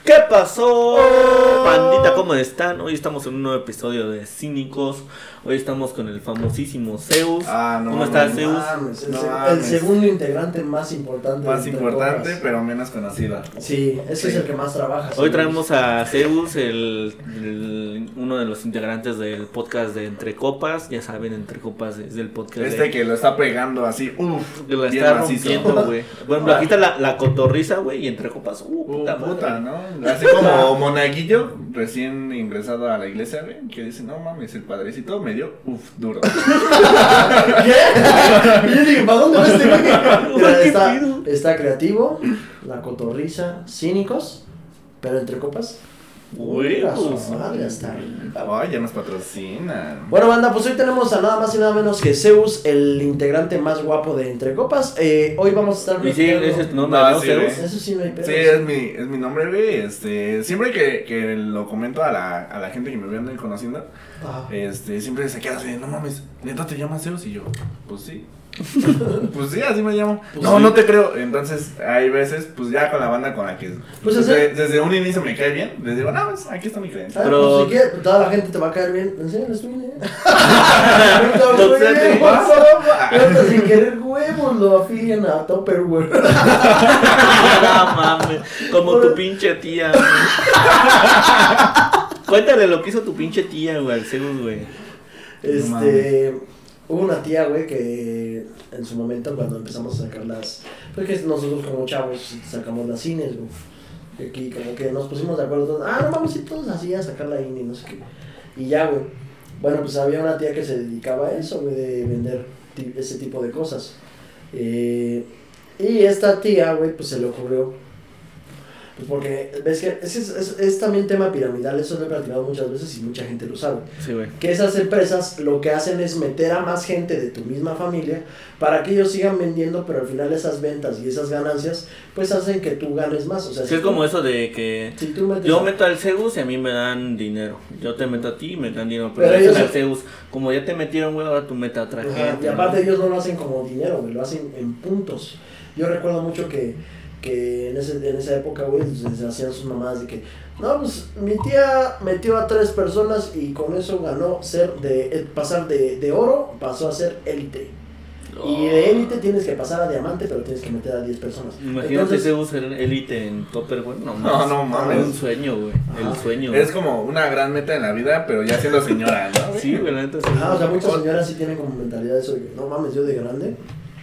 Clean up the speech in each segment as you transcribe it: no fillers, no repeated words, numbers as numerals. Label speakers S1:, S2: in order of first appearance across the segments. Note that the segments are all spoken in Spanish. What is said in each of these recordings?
S1: ¿Qué pasó? Bandita, ¿cómo están? Hoy estamos en un nuevo episodio de Cínicos. Hoy estamos con el famosísimo Zeus. ¿Cómo estás, Zeus?
S2: El segundo integrante más importante.
S3: Más importante, pero menos conocido.
S2: Sí, ese es el que más trabaja.
S1: Hoy traemos a Zeus, uno de los integrantes del podcast de Entre Copas. Ya saben, Entre Copas es del podcast
S3: que lo está pegando así,
S1: que lo está rompiendo, güey. Bueno, aquí está la cotorriza, güey, y Entre Copas,
S3: puta, ¿no? Así como Monaguillo, recién ingresado a la iglesia, güey, que dice, no mames, el padrecito me dio, duro.
S2: ¿Qué? Y yo dije, ¿para dónde va este güey? Está creativo, la cotorriza, cínicos, pero Entre Copas.
S1: Güey,
S2: madre, hasta
S3: ya nos patrocinan.
S2: Bueno, banda, pues hoy tenemos a nada más y nada menos que Zeus, el integrante más guapo de Entre Copas. Hoy vamos a estar...
S1: ¿Y sí, ese es tu nombre, no, Zeus?
S2: Eso sí, no hay pedo.
S3: Sí, es mi nombre, güey. Siempre que lo comento a la gente que me viene conociendo, siempre se queda así, no mames, ¿neta te llamas Zeus? Y yo, pues sí. Pues sí, así me llamo.
S2: Pues
S3: no,
S2: sí.
S3: No te creo. Entonces, hay veces, pues ya con la banda con la que
S2: pues
S3: desde un inicio me cae bien, les digo, no, pues aquí está mi creencia.
S2: Pero pues, si quieres, toda la gente te va a caer bien. ¿En serio? ¿Les viene? Sin querer huevos lo afilian a Tupperware.
S1: No mames, como tu pinche tía. Cuéntale lo que hizo tu pinche tía, güey, al Zeus, güey.
S2: Hubo una tía, güey, que en su momento cuando empezamos a sacar porque nosotros como chavos sacamos las cines, güey. Y aquí como que nos pusimos de acuerdo todos, no vamos a ir todos así a sacar la INE, no sé qué. Y ya, güey. Bueno, pues había una tía que se dedicaba a eso, güey, de vender ese tipo de cosas. Y esta tía, güey, pues se le ocurrió. Pues porque, ves que es también tema piramidal, eso lo he platicado muchas veces y mucha gente lo sabe.
S1: Sí, güey.
S2: Que esas empresas lo que hacen es meter a más gente de tu misma familia para que ellos sigan vendiendo, pero al final esas ventas y esas ganancias pues hacen que tú ganes más. O sea,
S1: sí, es como eso de que
S2: si tú
S1: yo meto al Zeus y a mí me dan dinero. Yo te meto a ti y me dan dinero. Pero ellos al Zeus, como ya te metieron, güey, ahora tú metes a otra gente.
S2: Y aparte ellos no lo hacen como dinero, güey, lo hacen en puntos. Yo recuerdo mucho que en esa época, güey, se hacían sus mamadas de que, no, pues mi tía metió a 3 personas y con eso ganó pasar de oro, pasó a ser élite. Y de élite tienes que pasar a diamante, pero tienes que meter a 10 personas.
S1: Imagínate Zeus ser élite en Topper, güey. No mames. Es un sueño, güey. El sueño.
S3: Es como una gran meta en la vida, pero ya siendo señora, ¿no?
S1: Sí, güey, la neta sí.
S2: O sea, muchas señoras sí tienen como mentalidad eso de que, no mames, yo de grande.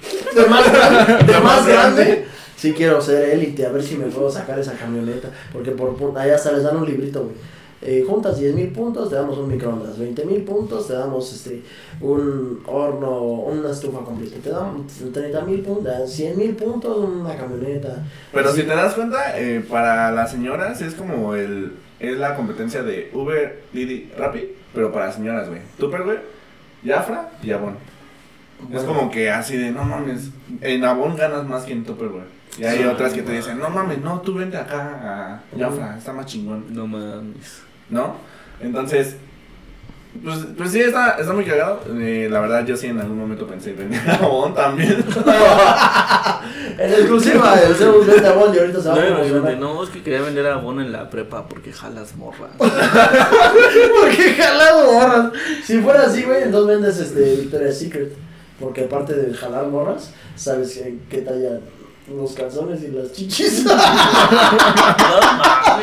S2: De más grande. Sí quiero ser élite, a ver si me puedo sacar esa camioneta. Porque allá hasta les dan un librito, güey. Juntas 10,000 puntos, te damos un microondas. 20,000 puntos, te damos un horno, una estufa completa. Te damos 30,000 puntos, 100,000 puntos, una camioneta.
S3: Pero si te das cuenta, para las señoras es como es la competencia de Uber, Didi, Rappi, pero para señoras, güey. Tupperware, Jafra y Avon. Bueno. Es como que así de, no mames, en Avon ganas más que en Tupperware. Y hay otras que te dicen, no mames, no, tú vente acá a Jafra, está más chingón.
S1: No mames.
S3: ¿No? Entonces, pues sí, está muy cagado. La verdad, yo sí en algún momento pensé en vender a Avon también.
S2: En exclusiva, el Zeus vende a Avon y ahorita se va a
S1: No, es que quería vender a Avon en la prepa porque jalas morras.
S2: Porque jalas morras. Si fuera así, güey, entonces vendes Victoria's Secret. Porque aparte de jalar morras, sabes qué talla los calzones y las chichis.
S1: No mames,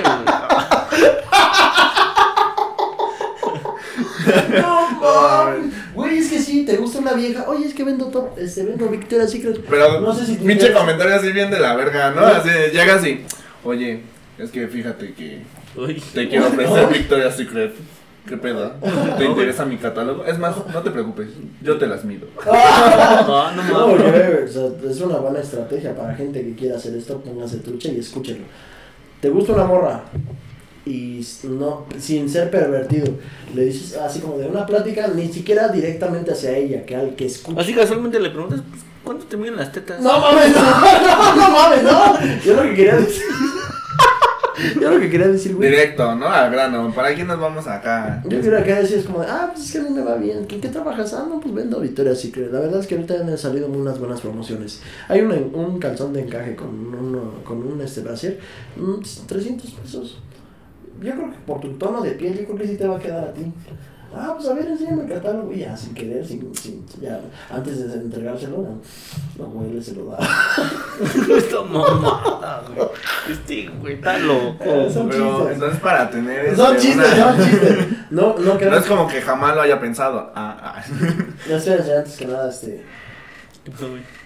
S2: no mames. Güey, es que sí, te gusta una vieja. Oye, es que vendo Victoria's Secret.
S3: Pero
S2: no sé si
S3: pinche comentario así bien de la verga, ¿no? Así, llega así. Oye, es que fíjate que te quiero ofrecer Victoria's Secret. ¿Qué pedo? ¿Te interesa mi catálogo? Es más, no te preocupes, yo te las mido.
S2: No, o sea, es una buena estrategia para gente que quiera hacer esto. Póngase trucha y escúchenlo. ¿Te gusta una morra? Y no, sin ser pervertido, le dices así como de una plática, ni siquiera directamente hacia ella, que al que escucha.
S1: Así casualmente le preguntas, pues, ¿cuánto te miden las tetas?
S2: No mames, no mames, no. Yo lo que quería decir. Yo lo que quería decir, güey.
S3: Directo, ¿no? Al grano. ¿Para quién nos vamos acá?
S2: Yo quiero acá decir, es como, pues es que a mí me va bien. ¿Qué trabajas? No, pues vendo Victoria's Secret. La verdad es que ahorita me han salido unas buenas promociones. Hay un calzón de encaje con un brasier, 300 pesos. Yo creo que por tu tono de piel, yo creo que sí te va a quedar a ti. Pues a ver, enséñame el catálogo. Y ya, sin querer, ya, antes de entregárselo, no huele, se lo da.
S1: Esta mamada, güey. Güey, está loco.
S3: Pero chistes. Entonces para tener
S2: son chistes. No creo.
S3: No es como que jamás lo haya pensado.
S2: Ya espérense, antes que nada,
S1: ¿Qué pasó, güey?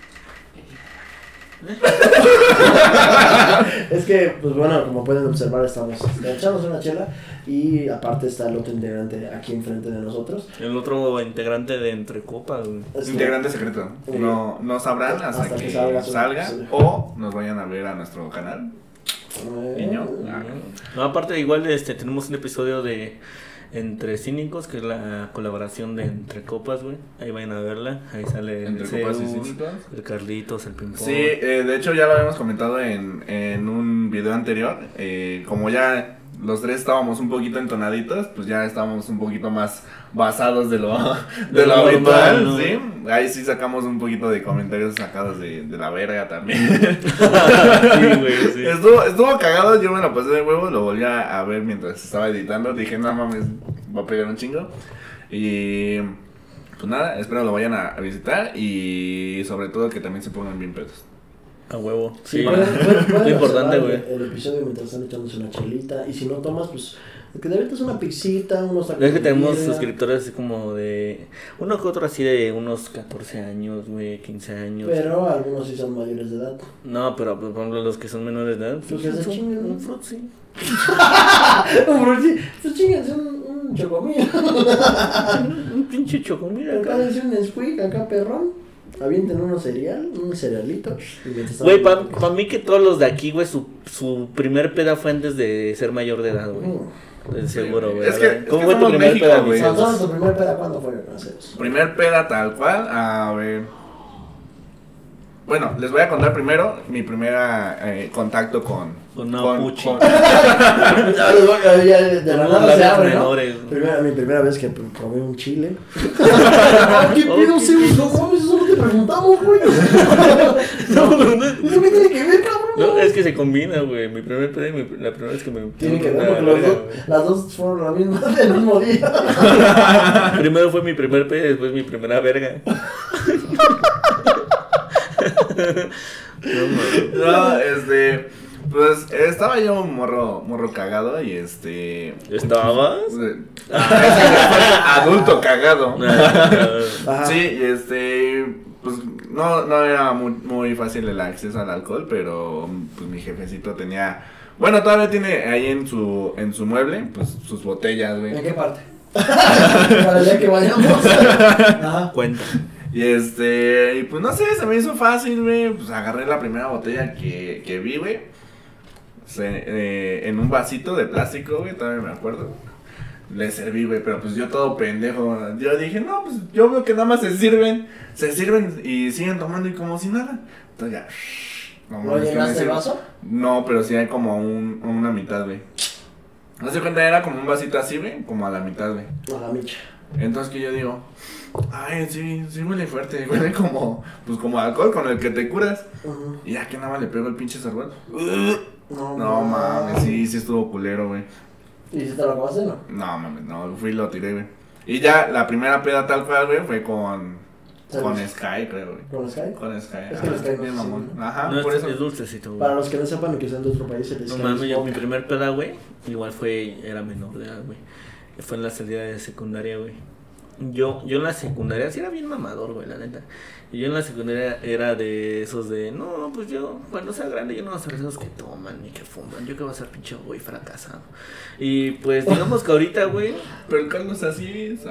S2: Es que, pues bueno, como pueden observar, echamos una chela y aparte está el otro integrante aquí enfrente de nosotros.
S1: El otro integrante de Entre Copas, güey.
S3: Integrante secreto. No sabrán hasta que salga o nos vayan a ver a nuestro canal.
S1: No, aparte igual tenemos un episodio de Entre Cínicos, que es la colaboración de Entre Copas, güey. Ahí vayan a verla. Ahí sale
S3: Entre Copas y Cínicos,
S1: el Carlitos, el Pimpón.
S3: Sí, de hecho ya lo habíamos comentado en un video anterior. Como ya los tres estábamos un poquito entonaditos, pues ya estábamos un poquito más basados de lo habitual, ¿no? ¿Sí? Ahí sí sacamos un poquito de comentarios sacados de la verga también.
S1: Sí, güey, sí.
S3: Estuvo cagado, yo me lo pasé de huevo, lo volví a ver mientras estaba editando, dije, no mames, va a pegar un chingo. Y pues nada, espero lo vayan a visitar y sobre todo que también se pongan bien pedos.
S1: A huevo.
S2: Sí,
S1: lo importante, güey.
S2: El episodio mientras están echándose una chelita. Y si no tomas, pues que te aventas una pixita, unos tacos.
S1: Es que tenemos suscriptores así como de uno que otro así de unos 14 años, güey, 15 años.
S2: Pero algunos sí son mayores de edad.
S1: No, pero por ejemplo los que son menores de edad,
S2: pues que se chinguen
S1: un frutzi.
S2: Un frutzi, pues chinguense un chocomil.
S1: Un pinche chocomil acá.
S2: Acá un Nesquik, acá perrón. Avienten un cerealito.
S1: Güey, pa' mí que todos los de aquí, güey, su primer peda fue antes de ser mayor de edad, güey. Seguro, güey.
S3: ¿Cómo fue tu primer peda, güey?
S2: ¿Tu primer peda cuándo fue?
S3: Primer peda tal cual, a ver. Bueno, les voy a contar primero mi primera contacto con
S1: Puchi.
S2: De la nada se abre, ¿no? Mi primera vez que probé un chile. ¿Qué pedo, Zeus? No mames, eso no te preguntamos, güey. No, eso qué tiene que ver, cabrón.
S1: No, es que se combina, güey. Mi primer peda y la primera vez que me...
S2: Tiene que ver, porque las dos fueron la misma del mismo día.
S1: Primero fue mi primer peda y después mi primera verga.
S3: No, pues estaba yo un morro cagado y
S1: ¿Estabas?
S3: Adulto cagado.
S2: Ajá.
S3: Sí, y pues no era muy fácil el acceso al alcohol, pero pues mi jefecito tenía, bueno, todavía tiene ahí en su mueble, pues sus botellas, güey.
S2: ¿En qué parte? Para el día que vayamos. Ajá.
S1: Cuenta.
S3: Y pues no sé, se me hizo fácil, güey. Pues agarré la primera botella que vi, güey. En un vasito de plástico, güey, todavía me acuerdo. Le serví, güey, pero pues yo todo pendejo. Yo dije, no, pues yo veo que nada más se sirven y siguen tomando y como si nada. Entonces ya.
S2: ¿Lo llenaste el vaso?
S3: No, pero sí hay como una mitad, güey. No se cuenta, era como un vasito así, güey, como a la mitad, güey.
S2: A la micha.
S3: Entonces que yo digo, ay, sí huele fuerte, huele como alcohol con el que te curas.
S2: Uh-huh.
S3: Y ya que nada más le pego el pinche sorbete.
S2: No
S3: mames, sí estuvo culero, güey.
S2: ¿Y si te lo acabaste, no?
S3: No mames, no, fui y lo tiré, güey. Y ya la primera peda tal cual, güey, fue con Sky, creo, güey.
S2: ¿Con Sky?
S3: Con Sky.
S2: Es que el Sky
S3: bien mamón.
S2: ¿no?
S3: Ajá,
S1: No,
S3: por eso.
S1: es dulcecito, güey.
S2: Para los que no sepan que sean de otro país, el Sky.
S1: No mames, yo mi primer peda, güey, igual era menor de edad, güey. Fue en la salida de secundaria, güey. Yo en la secundaria sí era bien mamador, güey, la neta. Y yo en la secundaria era de esos de, no, pues yo, cuando sea grande, yo no voy a ser esos que toman ni que fuman. Yo que voy a ser pinche güey fracasado. Y pues digamos que ahorita, güey.
S3: Pero el Carlos así es.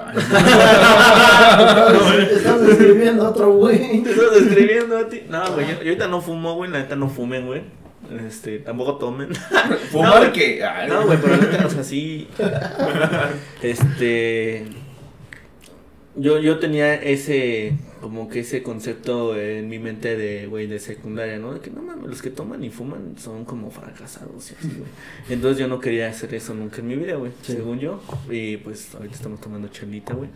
S2: Estás describiendo a otro güey.
S1: Te estás describiendo a ti. No, güey, yo ahorita no fumo, güey, la neta no fumen, güey. Tampoco tomen.
S3: ¿Fumar
S1: no,
S3: qué?
S1: No, güey, pero la neta, o sea, sí. yo tenía como que ese concepto en mi mente de secundaria, ¿no? De que no mames, los que toman y fuman son como fracasados y así, güey. Entonces yo no quería hacer eso nunca en mi vida, güey, según yo. Y pues ahorita estamos tomando chelita, güey.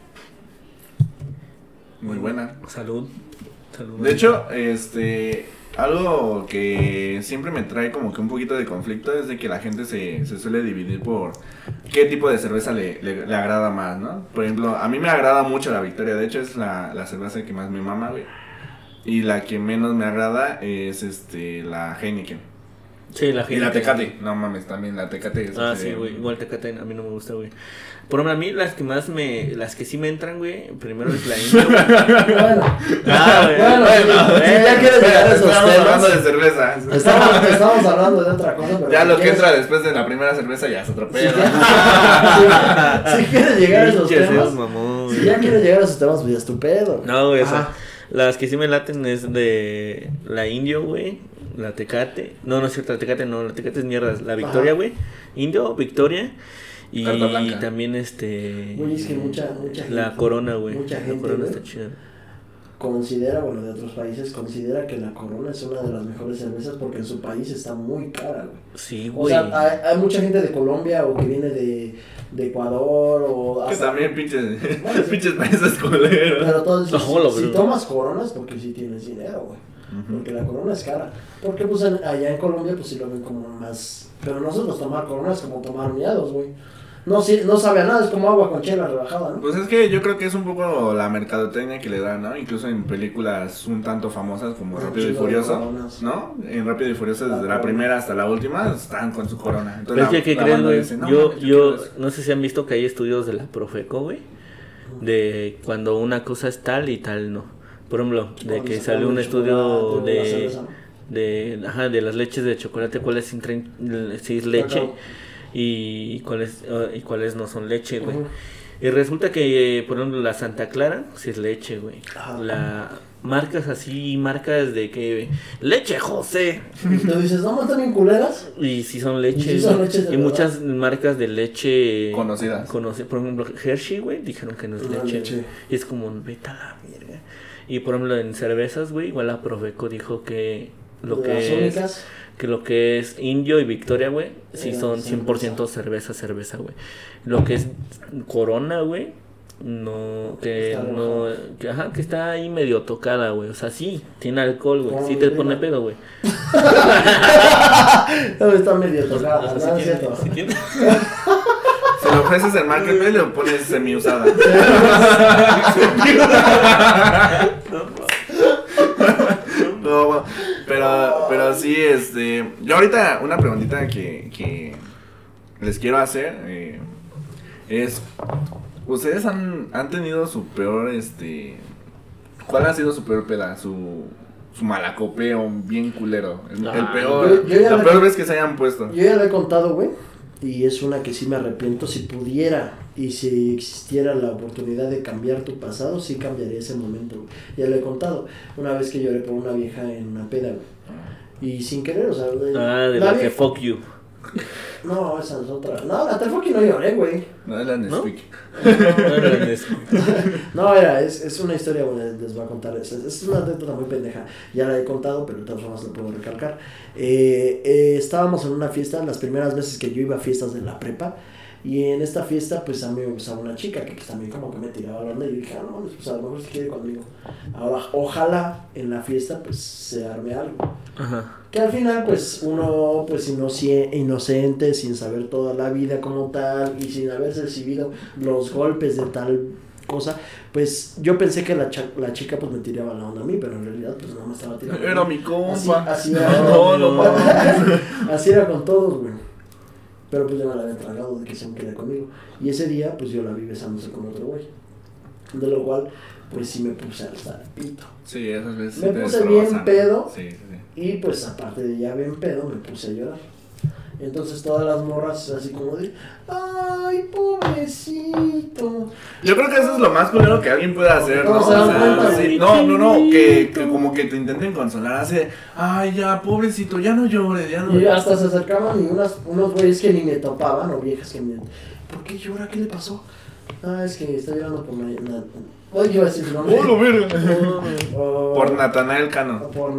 S3: Muy buena.
S1: Salud.
S3: De hecho, algo que siempre me trae como que un poquito de conflicto es de que la gente se suele dividir por qué tipo de cerveza le agrada más, ¿no? Por ejemplo, a mí me agrada mucho la Victoria, de hecho es la cerveza que más me mama, güey. Y la que menos me agrada es la Heineken.
S1: Sí, la
S3: Heineken. Y la Tecate, no mames, también la Tecate.
S1: Sí, güey, igual Tecate a mí no me gusta, güey. Por ejemplo, a mí las que sí me entran, güey, primero es la India, güey.
S2: Bueno, ya quieres llegar a esos
S3: Estamos
S2: temas.
S3: hablando de cerveza.
S2: Estamos hablando de otra cosa, pero
S3: Ya lo que entra después de la primera cerveza ya es otro pedo.
S2: Si quieres llegar a esos temas,
S1: mamón,
S2: si ya quieres llegar a esos temas, pues ya es tu pedo.
S1: No, güey, o sea, las que sí me laten es de la Indio, güey, la Tecate. No es cierto, la Tecate no, la Tecate es mierda, la Victoria, güey. Indio, Victoria. Y también
S2: Güey, es que mucha gente,
S1: la Corona, güey.
S2: Mucha gente,
S1: la Corona
S2: güey,
S1: está chida.
S2: considera, bueno, de otros países, considera que la Corona es una de las mejores cervezas porque en su país está muy cara, güey.
S1: Sí, güey.
S2: O sea, hay mucha gente de Colombia o que viene de Ecuador o...
S3: Que también pinches países culeros.
S2: Pero entonces, si tomas Coronas, porque sí tienes dinero, güey. Porque la Corona es cara. Porque pues allá en Colombia pues sí lo ven como más... Pero nosotros tomar Corona es como tomar miados, güey. No sabe a nada, es como agua con chela rebajada, ¿no?
S3: Pues es que yo creo que es un poco la mercadotecnia que le dan, ¿no? Incluso en películas un tanto famosas como Rápido y Furioso, ¿no? En Rápido y Furioso desde la primera hasta la última están con su corona. Entonces,
S1: es que, ¿qué crees, güey? Yo no sé si han visto que hay estudios de la Profeco, güey, de cuando una cosa es tal y tal no. Por ejemplo, de que salió un estudio de las leches de chocolate, cuáles si es leche y cuáles no son leche, güey. Y resulta que, por ejemplo, la Santa Clara sí es leche, güey. Marcas de que leche José.
S2: Y tú dices, no, están bien culeras.
S1: Y sí son leche. Y muchas marcas de leche conocidas. Por ejemplo, Hershey, güey, dijeron que no es leche. Y es como, vete a la mierda. Y por ejemplo, en cervezas, güey, igual la Profeco dijo que lo que es Indio y Victoria, güey, sí son 100% cerveza, güey. Lo que es Corona, güey, que está ahí medio tocada, güey. O sea, sí, tiene alcohol, güey. Sí te pone pedo, güey.
S2: Está medio tocada, o sea, no es cierto.
S3: Si lo ofreces en Marketplace, le pones semi-usada. No, pero sí, yo ahorita una preguntita que les quiero hacer es, ¿ustedes han tenido su peor, cuál ha sido su peor peda, su malacopeo bien culero, el peor, la peor vez que se hayan puesto?
S2: Yo ya lo he contado, güey, y es una que sí me arrepiento. Si pudiera y si existiera la oportunidad de cambiar tu pasado, sí cambiaría ese momento, güey. Ya lo he contado, una vez que lloré por una vieja en una peda, güey, y sin querer, o sea...
S1: de la que fuck you.
S2: No, esa es otra. No, la fuck you no lloré, güey.
S3: No, es la Nesquik.
S2: No, es una historia, güey, les voy a contar. Es una anécdota muy pendeja. Ya la he contado, pero de todas formas la puedo recalcar. Estábamos en una fiesta, las primeras veces que yo iba a fiestas de la prepa. Y en esta fiesta, pues a mí me gustaba una chica que pues también como que me tiraba la onda. Y yo dije, no, pues a lo mejor se quiere conmigo. Ahora, ojalá en la fiesta, pues se arme algo.
S1: Ajá.
S2: Que al final, pues uno, pues inocente, sin saber toda la vida como tal, y sin haber recibido los golpes de tal cosa, pues yo pensé que la chica pues me tiraba la onda a mí, pero en realidad pues no me estaba tirando.
S3: Era mi compa.
S2: Así era. Así era con todos, güey. Pero pues ya me la había tragado de que se me quería conmigo. Y ese día, pues yo la vi besándose con otro güey. De lo cual, pues sí me puse hasta el pito.
S3: Sí, esas veces.
S2: Me puse bien pedo.
S3: Sí.
S2: Y pues aparte de ya bien pedo, me puse a llorar. Entonces todas las morras así como de, ay, pobrecito.
S3: Yo creo que eso es lo más culero que alguien puede hacer, ¿no?
S2: No,
S3: que como que te intenten consolar, hace, ay, ya, pobrecito, ya no llores, ya no.
S2: Y hasta se acercaban y unos güeyes que ni me topaban, o viejas que me, ¿por qué llora? ¿Qué le pasó? Es que está llorando por Oye, iba a decir su nombre.
S3: ¡Oh, lo verga!
S2: O-
S3: Por Natanael Cano.
S2: Por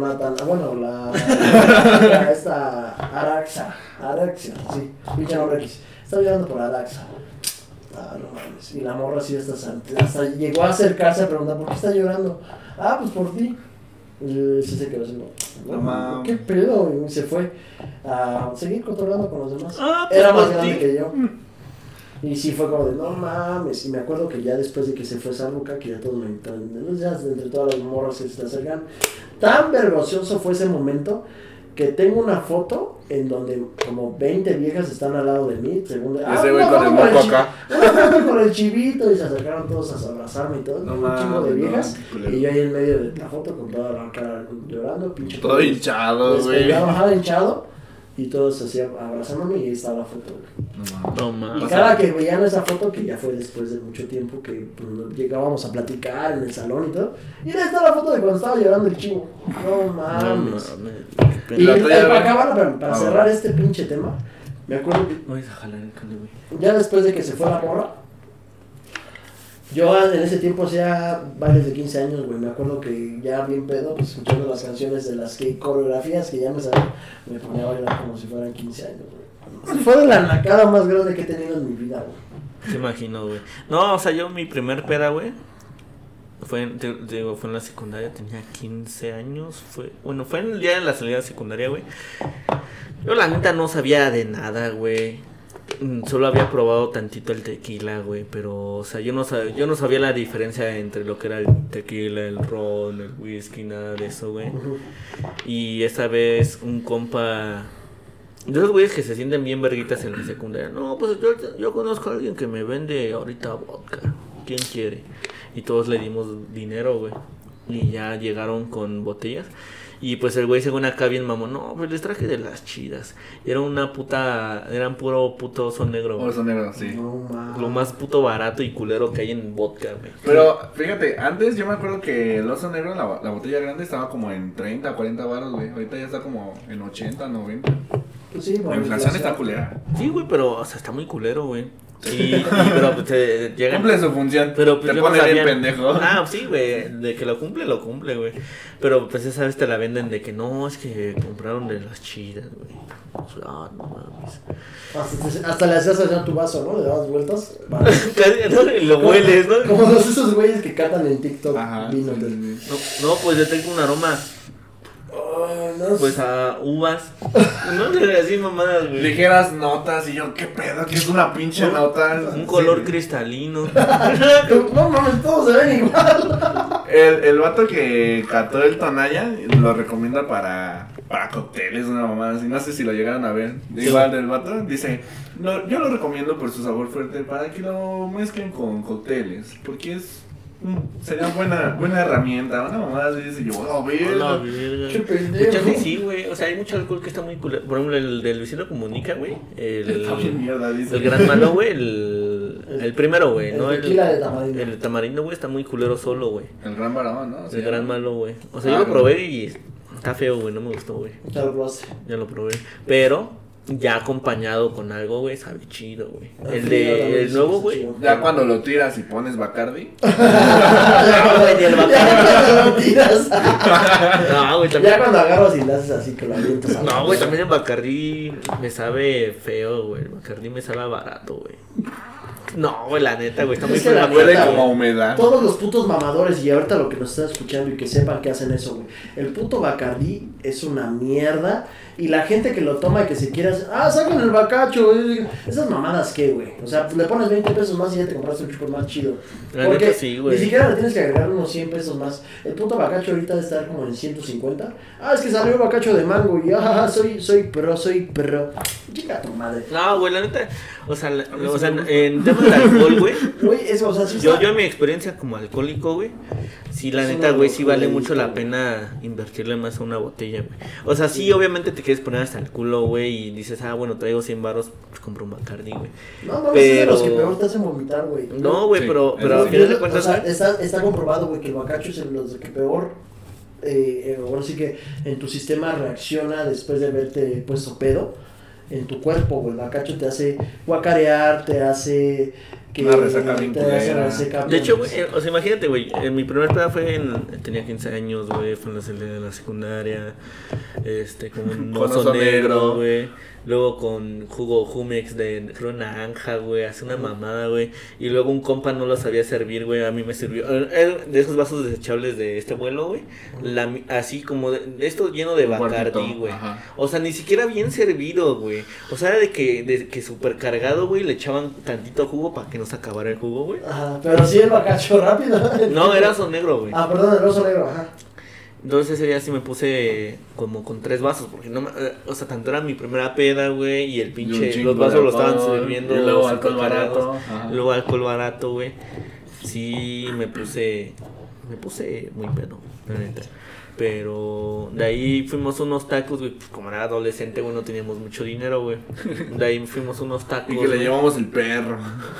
S2: esta Araxa, sí, pinche nombre X. Está llorando por Araxa. No mames. Y la morra así hasta llegó a acercarse a preguntar, ¿por qué está llorando? Pues por ti. Y se quedó así,
S3: No mames.
S2: ¿qué pedo? Y se fue a seguir controlando con los demás.
S1: Pues
S2: Era más
S1: por
S2: grande
S1: ti.
S2: que yo. Y sí fue como de, no mames. Y me acuerdo que ya después de que se fue Sarruca, que ya todos me invitaron, ya entre todas las morras que se te acercan, tan vergonzoso fue ese momento que tengo una foto en donde como 20 viejas están al lado de mí. Según
S3: Ese güey con el moco acá.
S2: Una foto con el chivito y se acercaron todos a abrazarme y todo.
S3: No
S2: un chingo de
S3: mames,
S2: viejas.
S3: no, culero.
S2: Y yo ahí en medio de la foto con toda la cara llorando, pinche.
S3: Todo hinchado, güey.
S2: Despeinado, ajá, hinchado. Y todos así abrazándome y ahí está la foto, güey.
S3: No
S1: No
S2: Y
S1: mames.
S2: cada que veían esa foto, que ya fue después de mucho tiempo que pues, llegábamos a platicar en el salón y todo, y ahí está la foto de cuando estaba llorando el chivo. No
S1: No
S2: mames.
S1: mames.
S2: Y
S3: La tuya,
S2: para
S3: güey.
S2: acabar, para
S3: Ah,
S2: cerrar
S3: bueno.
S2: este pinche tema, me acuerdo que
S1: Voy a jalar el cable, güey.
S2: ya después de que se fue la morra, yo en ese tiempo hacía bailes de 15 años, güey. Me acuerdo que ya bien pedo, pues, escuchando las canciones de las coreografías que ya me sabía, me ponía a bailar como si fueran 15 años, güey. Fue de la nacada más grande que he tenido en mi vida, güey.
S1: Te imagino, güey. No, o sea, yo mi primer peda, güey, fue en la secundaria, tenía 15 años. Fue en el día de la salida de secundaria, güey. Yo la neta no sabía de nada, güey. Solo había probado tantito el tequila, güey, pero, o sea, yo no sabía la diferencia entre lo que era el tequila, el ron, el whisky, nada de eso, güey. Y esa vez un compa, de esos güeyes que se sienten bien verguitas en la secundaria, no, pues yo conozco a alguien que me vende ahorita vodka, ¿quién quiere? Y todos le dimos dinero, güey, y ya llegaron con botellas. Y pues el güey según acá bien mamón, no, pues les traje de las chidas. Y eran puro puto oso negro, güey.
S3: Oso negro, sí.
S2: No mames.
S1: Lo más puto barato y culero que hay en vodka, güey.
S3: Pero fíjate, antes yo me acuerdo que el oso negro, la botella grande, estaba como en 30, 40 baros, güey. Ahorita ya está como en 80, 90.
S2: Pues sí,
S3: La
S2: bueno,
S3: inflación está culera.
S1: Sí, güey, pero, o sea, está muy culero, güey. Pero pues llegan...
S3: Cumple su función.
S1: Pero pues
S3: te
S1: yo
S3: pone
S1: no
S3: bien
S1: sabía-
S3: pendejo.
S1: Sí, güey, de que lo cumple, güey. Pero pues esa vez te la venden de que no, es que compraron de las chidas, güey. No mames.
S2: hasta le hacías allá tu vaso, ¿no? Le dabas vueltas.
S1: ¿No? Y lo hueles, ¿no?
S2: Como esos güeyes que catan en TikTok
S3: Ajá.
S2: vino.
S3: Sí, sí.
S1: No, pues yo tengo un aroma,
S2: No,
S1: pues a uvas. No sé, así mamadas, güey.
S3: Ligeras notas y yo, ¿qué pedo? ¿Qué es una pinche nota?
S1: Un color
S3: Sí.
S1: cristalino.
S2: no mames, todos se ven igual.
S3: El vato que cató el Tonaya lo recomienda para cócteles, una mamada así. No sé si lo llegaron a ver. Igual del vato dice, no, yo lo recomiendo por su sabor fuerte para que lo mezclen con cócteles. Porque sería buena herramienta. Una mamada así dice yo,
S1: No,
S3: verga.
S1: verga.
S2: Qué pendejo.
S1: Pues ya sí, güey. O sea, hay mucho alcohol que está muy culero. Por ejemplo, el de Luisito Comunica, güey.
S3: Está bien mierda, dice.
S1: El gran malo, güey. El primero, güey.
S2: El
S1: ¿no?
S2: tequila de tamarindo.
S1: El tamarindo, güey, está muy culero solo, güey.
S3: El gran varón, ¿no?
S1: El gran malo, güey. O sea,
S3: Ah,
S1: yo lo
S3: no.
S1: probé y está feo, güey. No me gustó, güey.
S2: Ya lo probaste.
S1: Ya lo probé. Pero ya acompañado con algo, güey, sabe chido, güey. El
S2: Sí,
S1: de el
S2: sí,
S1: nuevo,
S2: sí,
S1: güey.
S2: sí.
S3: Ya cuando lo tiras y pones Bacardi.
S1: No, güey, ni el
S2: Ya
S1: Bacardi.
S2: cuando lo tiras.
S1: No, güey,
S2: Ya
S1: también.
S2: cuando agarras y le haces así que lo avientas.
S1: No, güey, también el Bacardi me sabe feo, güey. El Bacardi me sabe barato, güey. No, güey, la neta, güey, está muy
S2: Es que la
S1: feo.
S3: Huele
S2: neta,
S3: como a
S2: güey.
S3: humedad.
S2: Todos los putos mamadores y ahorita lo que nos están escuchando y que sepan que hacen eso, güey. El puto Bacardí es una mierda y la gente que lo toma y que se quiera hacer, saquen el bacacho, güey. Esas mamadas qué, güey. O sea, le pones 20 pesos más y ya te compraste un chupo más chido.
S1: La
S2: Porque
S1: neta sí, güey.
S2: ni siquiera le tienes que agregar unos 100 pesos más. El puto bacacho ahorita debe estar como en 150. Es que salió el bacacho de mango y soy pro. Chica tu madre.
S1: No, güey, la neta, o sea, en temas de alcohol, güey,
S2: Güey, eso, o sea, sí
S1: yo
S2: está-
S1: en mi experiencia como alcohólico, güey, sí, la
S2: Es
S1: neta,
S2: una
S1: güey, sí vale
S2: locura,
S1: mucho la
S2: güey.
S1: pena invertirle más a una botella, güey. O sea, sí, obviamente te quieres poner hasta el culo, güey, y dices, bueno, traigo 100 baros, pues compro un Bacardi, güey.
S2: No, no, es de los que
S1: Pero-
S2: peor te hacen vomitar, güey.
S1: No, güey,
S3: Sí,
S1: pero
S3: eso
S1: a
S3: sí.
S1: final de
S2: O
S1: cuentas,
S2: sea,
S1: güey,
S2: está comprobado, güey, que el bacacho es de los que peor, ahora sí que en tu sistema reacciona después de haberte puesto pedo en tu cuerpo, güey. El bacacho te hace guacarear, te hace
S3: Una resaca bien
S2: te hace
S3: culera.
S2: reseca
S1: De
S2: bien.
S1: hecho, güey, o sea, imagínate, güey, en mi primer peda tenía 15 años, güey, fue en la salida de la secundaria, con un
S3: Con
S1: oso
S3: oso
S1: negro,
S3: negro.
S1: güey, luego con jugo Jumex de, creo, naranja, güey, hace una mamada, güey, y luego un compa no lo sabía servir, güey, a mí me sirvió, de esos vasos desechables de este vuelo, güey, así como, esto lleno de
S3: Un
S1: Bacardí,
S3: cuartito,
S1: güey,
S3: ajá.
S1: o sea, ni siquiera bien servido, güey, o sea, de que súper cargado, güey, le echaban tantito jugo para que no se acabara el jugo, güey.
S2: Ajá, pero sí el bacacho rápido.
S1: No, era oso negro, güey.
S2: Ah, perdón, el oso negro, ajá.
S1: Entonces ese día sí me puse como con 3 vasos, porque no, o sea, tanto era mi primera peda, güey, y el
S3: Y un
S1: pinche,
S3: chingo
S1: los vasos
S3: de
S1: lo estaban
S3: alcohol,
S1: sirviendo.
S3: y luego
S1: súper
S3: alcohol
S1: cargados,
S3: barato, ajá.
S1: luego alcohol barato, güey. Sí, me puse muy pedo, la neta. Pero de ahí fuimos unos tacos, güey, pues, como era adolescente, güey, no teníamos mucho dinero, güey. De ahí fuimos unos tacos.
S3: Y que le
S1: güey.
S3: llevamos el perro.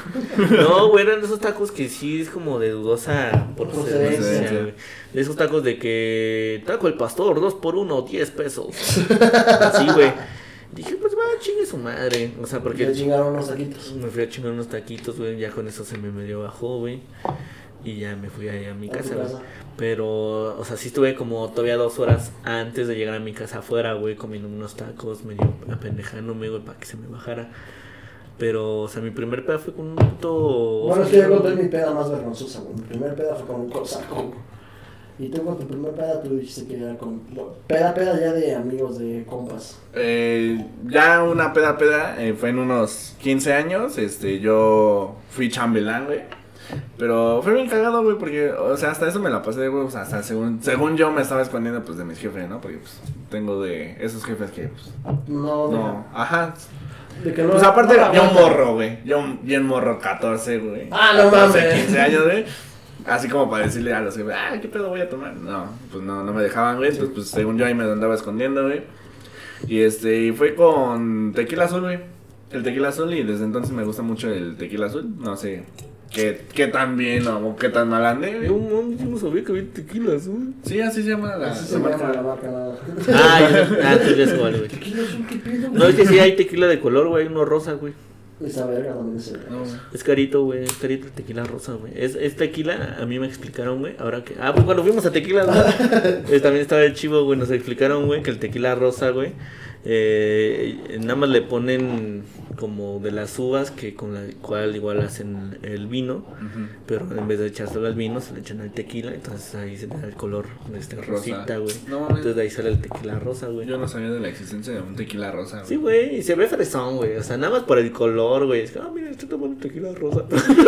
S1: No, güey, eran de esos tacos que sí es como de dudosa
S2: Procedencia.
S1: güey. De esos tacos de que taco el pastor, 2 por 1, 10 pesos. Así, güey. Dije, pues va, chingue su madre. O sea, porque
S2: Le chingaron unos taquitos.
S1: me fui a chingar unos taquitos, güey. Ya con eso se me medio bajó, güey. Y ya me fui ahí a mi
S2: A tu
S1: casa, güey.
S2: casa.
S1: Pero, o sea, sí estuve como todavía 2 horas antes de llegar a mi casa afuera, güey, comiendo unos tacos, medio apendejándome, güey, para que se me bajara. Pero, o sea, mi primer peda fue con un puto...
S2: Bueno, es que yo conté mi peda más vergonzosa, güey. Mi primer peda fue con un cosaco, güey. Y tú con tu primer peda tú dijiste que era con... Peda ya de amigos, de compas.
S3: Ya una peda, fue en unos 15 años, yo fui chambelán, güey. Pero fue bien cagado, güey, porque, o sea, hasta eso me la pasé, güey, o sea, hasta según yo me estaba escondiendo, pues, de mis jefes, ¿no? Porque, pues, tengo de esos jefes que, pues, no, ajá.
S2: De que no,
S3: Pues, aparte,
S2: no la
S3: yo un
S2: aguantan.
S3: morro, güey, yo un morro 14, güey.
S2: Ah, no
S3: 14,
S2: mames.
S3: 15 años, güey. Así como para decirle a los jefes, ¿qué pedo voy a tomar? No, pues, no me dejaban, güey, entonces, pues, según yo ahí me andaba escondiendo, güey. Y, fue con tequila azul, güey. El tequila azul, y desde entonces me gusta mucho el tequila azul, no sé qué tan bien o qué tan mal ande, güey.
S1: Yo no sabía que había tequila azul.
S3: Sí, así se llama la,
S2: Así se
S3: la
S2: llama
S3: marca.
S2: la marca, nada.
S1: Tú ya sabes, güey.
S2: Tequila azul, ¿qué pedo?
S1: No, es que sí hay tequila de color, güey, hay uno rosa, güey.
S2: Esa verga también es
S3: No, güey.
S1: Es carito, güey, es carito el tequila rosa, güey. Es tequila, a mí me explicaron, güey, ahora que... pues cuando fuimos a tequila, güey, también estaba el chivo, güey, nos explicaron, güey, que el tequila rosa, güey, nada más le ponen como de las uvas que con la cual igual hacen el vino,
S3: Ujú.
S1: pero en vez de echárselo al vino se le echan al tequila, entonces ahí se le da el color
S3: Rosa.
S1: rosita, güey.
S3: No mames.
S1: Entonces de ahí sale el tequila rosa, güey.
S3: Yo no sabía de la existencia de un tequila rosa, güey.
S1: Sí, güey, y se ve fresón, güey. O sea, nada más por el color, güey. Es que, mira, estoy tomando tequila rosa.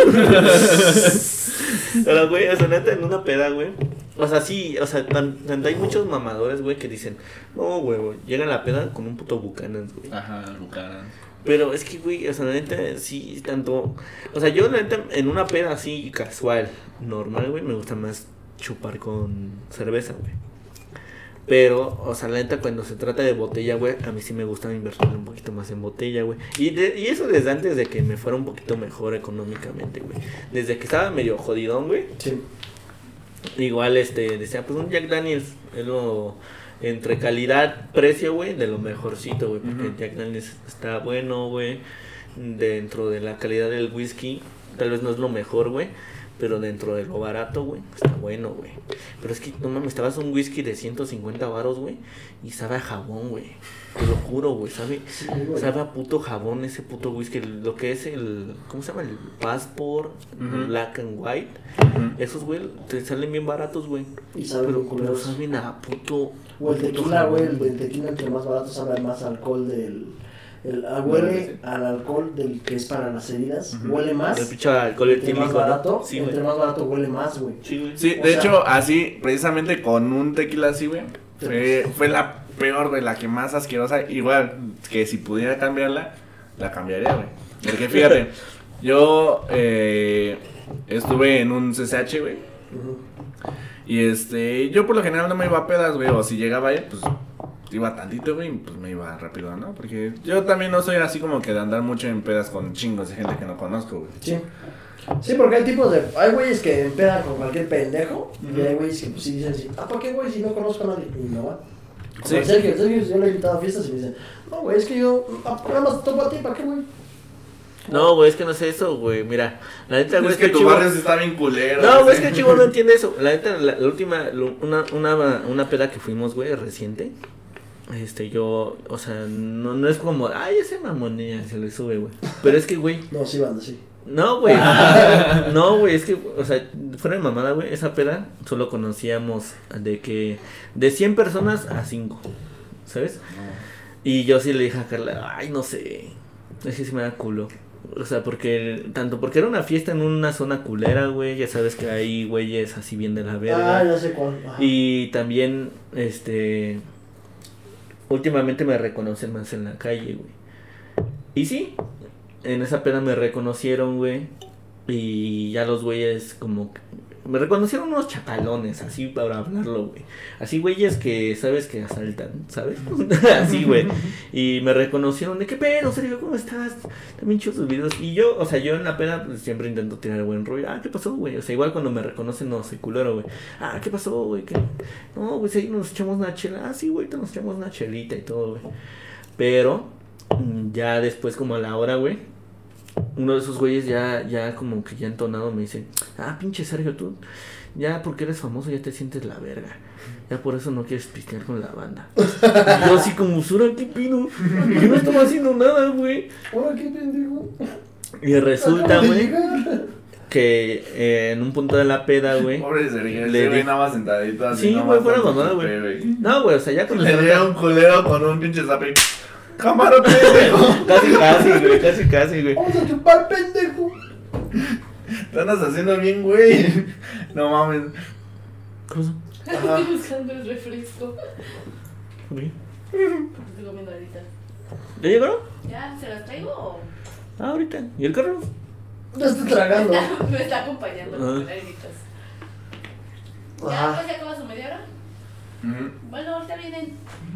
S1: Pero, güey, o sea, neta, en una peda, güey. O sea, sí, o sea, hay muchos mamadores, güey, que dicen, no, güey, llega a la peda con un puto Buchanan, güey.
S3: Ajá, Buchanan.
S1: Pero es que, güey, o sea, la neta, sí, tanto. O sea, yo, la neta, en una peda así, casual, normal, güey, me gusta más chupar con cerveza, güey. Pero, o sea, la neta, cuando se trata de botella, güey, a mí sí me gusta invertir un poquito más en botella, güey. Y eso desde antes de que me fuera un poquito mejor económicamente, güey. Desde que estaba medio jodidón, güey.
S2: Sí.
S1: Igual, decía, pues un Jack Daniels, es lo... Entre calidad, precio, güey, de lo mejorcito, güey. Porque
S3: Ujú.
S1: el Jack Daniels está bueno, güey. Dentro de la calidad del whisky, tal vez no es lo mejor, güey. Pero dentro de lo barato, güey, está bueno, güey. Pero es que, no mames, estabas un whisky de 150 varos, güey. Y sabe a jabón, güey. Te lo juro, güey. Sabe a puto jabón ese puto whisky. Lo que es el... ¿Cómo se llama? El Passport,
S3: Ujú.
S1: Black and White.
S3: Ujú.
S1: Esos, güey, te salen bien baratos, güey.
S2: Y saben
S1: Pero
S2: bien culeros.
S1: saben a puto...
S2: O el
S1: puto
S2: tequila, güey,
S1: jabón.
S2: el tequila entre más barato sabe más alcohol del...
S3: Sí.
S2: huele al alcohol del que es para las heridas,
S3: Ujú.
S2: huele más.
S1: El pinche alcohol
S2: Entre más
S1: etílico,
S2: barato,
S1: ¿no? Sí, güey.
S2: entre más barato huele más, güey.
S1: Sí, güey.
S3: Sí,
S2: O
S3: de
S2: sea-
S3: hecho, así, precisamente con un tequila así, güey. Fue la peor, güey, la que más asquerosa. Igual, que si pudiera cambiarla, la cambiaría, güey. Porque fíjate, yo estuve en un CCH, güey.
S2: Ujú.
S3: Y yo por lo general no me iba a pedas, güey. O si llegaba ahí, pues iba tantito, güey, y pues me iba rápido, ¿no? Porque yo también no soy así como que de andar mucho en pedas con chingos de gente que no conozco, güey.
S2: Sí. Sí, porque hay tipos de... Hay güeyes que empedan con cualquier pendejo. Y hay güeyes que pues sí dicen así, ¿para qué, güey, si no conozco a nadie? Y no van. Como
S3: Sí.
S2: el Sergio, yo le he invitado a fiestas y me dicen, no, güey, es que yo nada más topo a ti, ¿para qué, güey?
S1: No, güey, es que no sé eso, güey. Mira, la neta, güey,
S3: Es que tu
S1: Chihuahua-
S3: barrio sí está bien culero.
S1: No, güey, es que Chihuahua no entiende eso. La neta, la última, una peda que fuimos, güey, reciente. Yo, o sea, no es como, ay, ese mamonía se le sube, güey. Pero es que, güey,
S2: No, sí, banda, sí.
S1: no, güey. No, güey, es que, o sea, fuera de mamada, güey, esa peda solo conocíamos de 100 personas a 5, ¿sabes? Y yo sí le dije a Carla, ay, no sé, es que sí me da culo. O sea, porque era una fiesta en una zona culera, güey, ya sabes que hay güeyes así bien de la verga.
S2: Ah, ya sé cuál. Ajá.
S1: Y también, últimamente me reconocen más en la calle, güey. Y sí, en esa peda me reconocieron, güey. Y ya los güeyes como... Me reconocieron unos chacalones, así para hablarlo, güey. Así güeyes que sabes que asaltan, ¿sabes? Así, güey. Y me reconocieron de, ¿qué pedo, Sergio? ¿Cómo estás? También chido sus videos. Y yo, o sea, yo en la peda pues, siempre intento tirar buen rollo. Ah, ¿qué pasó, güey? O sea, igual cuando me reconocen, no soy culero, güey. Ah, ¿qué pasó, güey? ¿Qué? No, güey, si ahí nos echamos una chela. Ah, sí, güey, nos echamos una chelita y todo, güey. Pero, ya después como a la hora, güey, uno de esos güeyes ya como que ya entonado me dice, ah, pinche Sergio, tú ya porque eres famoso ya te sientes la verga. Ya por eso no quieres pistear con la banda. Y yo así como, ¿sura qué pido? Yo no estaba haciendo nada, güey.
S2: Ahora, ¿qué pendejo?
S1: Y resulta,
S2: Acabo de
S1: güey,
S2: llegar.
S1: que en un punto de la peda, güey.
S3: Pobre Sergio,
S1: Le
S3: ese güey
S1: di-
S3: nada más sentadito así.
S1: Sí,
S3: nada
S1: güey,
S3: más
S1: fuera
S3: con su
S1: mamada, güey.
S3: tupé,
S1: No, güey, o sea, ya con
S3: Le dio un culero con un pinche zape. ¡Cámara, pendejo!
S1: Casi, güey, casi, güey.
S2: Vamos a chupar, pendejo.
S3: Te andas haciendo bien, güey. No mames.
S1: ¿Qué pasó?
S3: Ajá.
S4: Estoy buscando el refresco.
S1: Güey.
S4: Estoy comiendo ahorita.
S1: ¿Ya llegaron?
S4: ¿Ya? ¿Se las traigo o...?
S1: Ah, ahorita. ¿Y el carro?
S2: Ya estoy tragando.
S4: Me está acompañando
S1: Ah.
S4: con larguitas. ¿Ya?
S2: Ajá.
S4: ¿Pues ya acaba su media hora?
S3: Ujú.
S4: Bueno, ahorita vienen.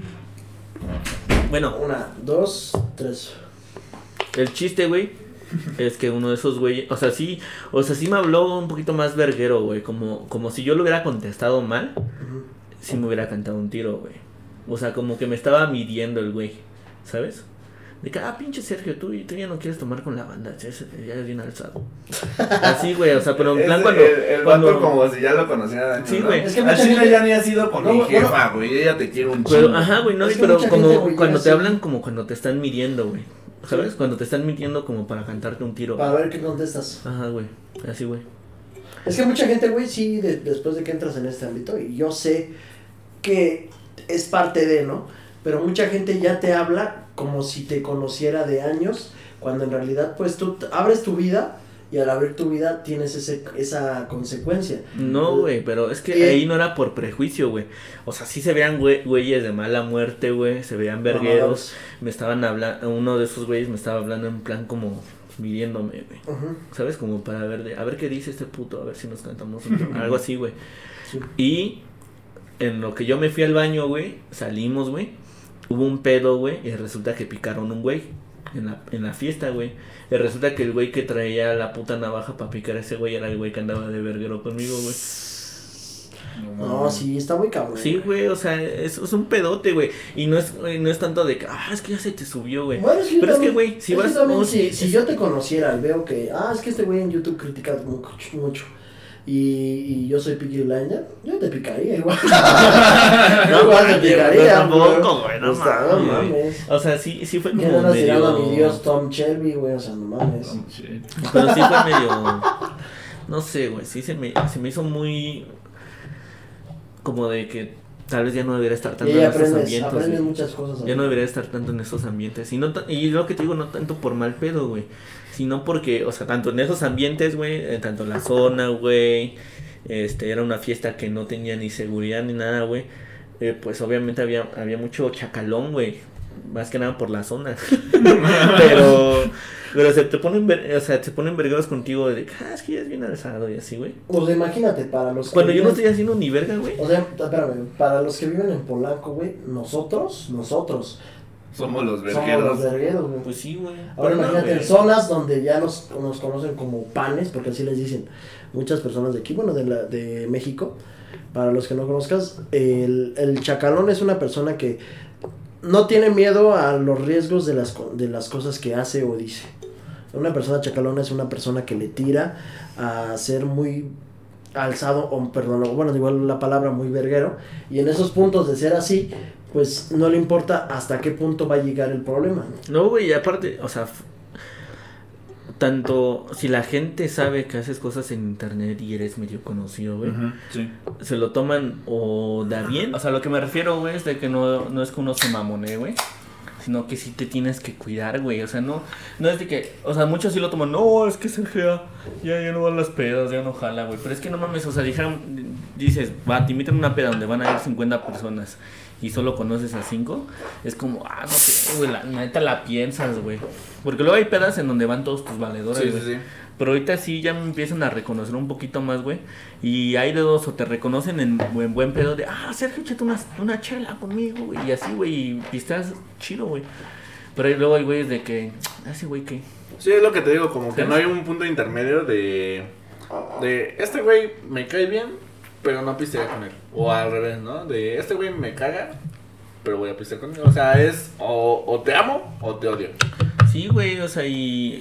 S1: Bueno,
S2: 1, 2, 3.
S1: el chiste, güey, es que uno de esos güeyes, o sea, sí me habló un poquito más verguero, güey, como si yo lo hubiera contestado mal, sí me hubiera cantado un tiro, güey. O sea, como que me estaba midiendo el güey, ¿sabes? De que, pinche Sergio, tú ya no quieres tomar con la banda, ya es bien alzado. Así, güey, o sea, pero en plan
S3: Es
S1: cuando...
S3: el vato como si ya lo conociera.
S1: Sí,
S3: ¿no?
S1: güey.
S2: Es que
S3: Al
S2: mucha
S3: chile
S2: gente-
S3: ya ni ha sido con
S2: No,
S3: mi
S2: bueno.
S3: jefa, güey. Ella te quiere un
S1: Pero,
S3: chingo.
S1: ajá, güey, no,
S2: Es que
S1: pero
S2: mucha
S1: como
S2: gente, güey,
S1: cuando
S2: llega
S1: te
S2: así.
S1: hablan como cuando te están midiendo, güey. ¿Sabes? Cuando te están midiendo como para cantarte un tiro.
S2: Para ver qué contestas.
S1: Ajá, güey, así, güey.
S2: Es que mucha gente, güey, sí, después de que entras en este ámbito, y yo sé que es parte de, ¿no? Pero mucha gente ya te habla como si te conociera de años, cuando en realidad, pues, tú abres tu vida y al abrir tu vida tienes esa consecuencia.
S1: No, güey, pero es que
S2: ¿Qué?
S1: ahí no era por prejuicio, güey. O sea, sí se veían güeyes de mala muerte, güey. Se veían vergueros. Me estaban hablando, uno de esos güeyes me estaba hablando en plan como midiéndome, güey.
S2: Ujú.
S1: ¿Sabes? Como para ver, a ver qué dice este puto, a ver si nos cantamos algo así, güey.
S2: Sí.
S1: Y en lo que yo me fui al baño, güey, salimos, güey. Hubo un pedo, güey, y resulta que picaron un güey en la fiesta, güey. Y resulta que el güey que traía la puta navaja para picar a ese güey era el güey que andaba de verguero conmigo, güey.
S2: No, sí, está muy cabrón.
S1: Sí, güey, o sea, es un pedote, güey. Y no es tanto de que, es que ya se te subió, güey.
S2: Bueno, es que yo
S1: Pero es que,
S2: también-
S1: güey, si
S2: es que
S1: vas...
S2: también
S1: no,
S2: si yo te conociera y veo que, es que este güey en YouTube critica mucho. Y yo soy Peaky Blinder, yo te picaría igual.
S1: No,
S2: igual te picaría.
S1: tampoco, güey, no
S2: Pues, no
S1: mames.
S2: mames.
S1: O sea, sí fue
S2: ¿Quién
S1: como
S2: andas tirando a mi
S1: medio...
S2: Dios Tom Shelby, güey? O sea, no mames.
S1: Pero sí fue medio... No sé, güey, sí se me hizo muy... Como de que tal vez ya no debería estar tanto
S2: Y ahí
S1: en esos
S2: aprendes
S1: ambientes. güey.
S2: muchas cosas.
S1: Ya no debería estar tanto en esos ambientes. Y lo que te digo, no tanto por mal pedo, güey. Sino porque, o sea, tanto en esos ambientes, güey, tanto en la zona, güey. Era una fiesta que no tenía ni seguridad ni nada, güey. Pues obviamente había mucho chacalón, güey. Más que nada por la zona. pero se te ponen, se ponen vergados contigo de que, es que ya es bien alzado y así, güey.
S2: O sea, imagínate, para los que
S1: Cuando yo no
S2: viven-
S1: estoy haciendo ni verga, güey.
S2: O sea, espérame, para los que viven en Polanco, güey, nosotros
S3: Somos los
S2: somos los
S3: vergueros.
S2: vergueros, güey.
S1: Pues sí, güey.
S2: Ahora
S1: Pero no,
S2: imagínate, en
S1: güey.
S2: zonas donde ya nos conocen como panes, porque así les dicen muchas personas de aquí, bueno, de México. Para los que no conozcas, el chacalón es una persona que no tiene miedo a los riesgos de las cosas que hace o dice. Una persona chacalona es una persona que le tira a ser muy alzado, o perdón, bueno, igual la palabra muy verguero, y en esos puntos de ser así, pues no le importa hasta qué punto va a llegar el problema.
S1: No, güey, y aparte, o sea, tanto si la gente sabe que haces cosas en internet y eres medio conocido, güey,
S3: Sí.
S1: se lo toman o da bien. O sea, lo que me refiero, güey, es de que no es que uno se mamone, güey, sino que sí te tienes que cuidar, güey. O sea, no es de que, o sea, muchos sí lo toman, no, es que Sergio ya no van las pedas, ya no jala, güey. Pero es que no mames, o sea, dices, va, te invitan a una peda donde van a ir 50 personas y solo conoces a 5, es como, no sé, güey, la neta la piensas, güey. Porque luego hay pedas en donde van todos tus valedores,
S3: Sí,
S1: güey.
S3: sí, sí.
S1: Pero ahorita sí ya me empiezan a reconocer un poquito más, güey. Y hay de dos, o te reconocen en buen pedo de, Sergio, échate una chela conmigo, güey. Y así, güey, y pisteas chido, güey. Pero ahí luego hay güeyes de que, ese güey, ¿qué?
S3: Sí, es lo que te digo, como que
S1: ¿Sí?
S3: no hay un punto intermedio de este güey me cae bien, pero no pistea con él. O al revés, ¿no? De este güey me caga, pero voy a pistear con él. O sea, es o te amo o te odio.
S1: Sí, güey, o sea,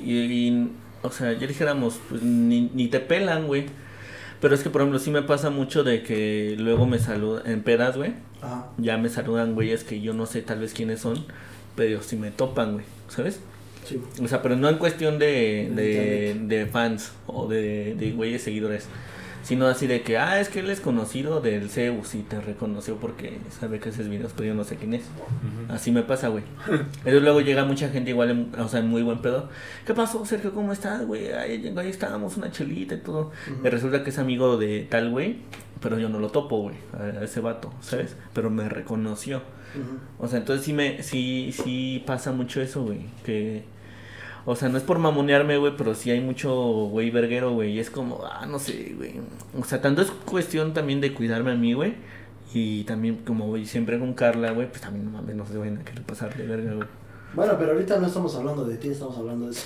S1: o sea, ya dijéramos, pues ni te pelan, güey. Pero es que, por ejemplo, sí me pasa mucho de que luego me saludan, en pedas, güey.
S2: Ajá.
S1: Ya me saludan güeyes que yo no sé tal vez quiénes son, pero sí me topan, güey, ¿sabes?
S2: Sí.
S1: O sea, pero no en cuestión
S2: De
S1: de fans o de güeyes seguidores, sino así de que, es que él es conocido del Zeus y te reconoció porque sabe que haces videos, pero yo no sé quién es. Así me pasa, güey. Pero luego llega mucha gente igual, o sea, en muy buen pedo. ¿Qué pasó, Sergio? ¿Cómo estás, güey? Ahí estábamos, una chelita y todo. Y resulta que es amigo de tal güey, pero yo no lo topo, güey, a ese vato, ¿sabes? Pero me reconoció. O sea, entonces sí pasa mucho eso, güey, que... O sea, no es por mamonearme, güey, pero sí hay mucho güey verguero, güey. Y es como, no sé, güey. O sea, tanto es cuestión también de cuidarme a mí, güey. Y también, como güey, siempre con Carla, güey, pues también no mames, no se vayan a querer pasar de verga, güey.
S2: Bueno, pero ahorita no estamos hablando de ti, estamos hablando de eso.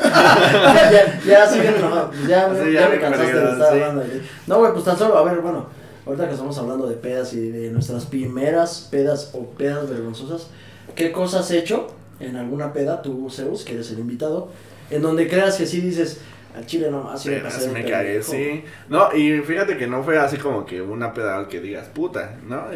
S2: sí, no, ya me cansaste de estar hablando de ti. No, güey, pues tan solo, a ver, bueno, ahorita que estamos hablando de pedas y de nuestras primeras pedas o pedas vergonzosas, ¿qué cosas has hecho en alguna peda, tú, Zeus, que eres el invitado, en donde creas que sí dices, al chile no, así me pasé de
S3: me
S2: pendejo?
S3: cagué, sí. No, y fíjate que no fue así como que una peda que digas, puta, ¿no?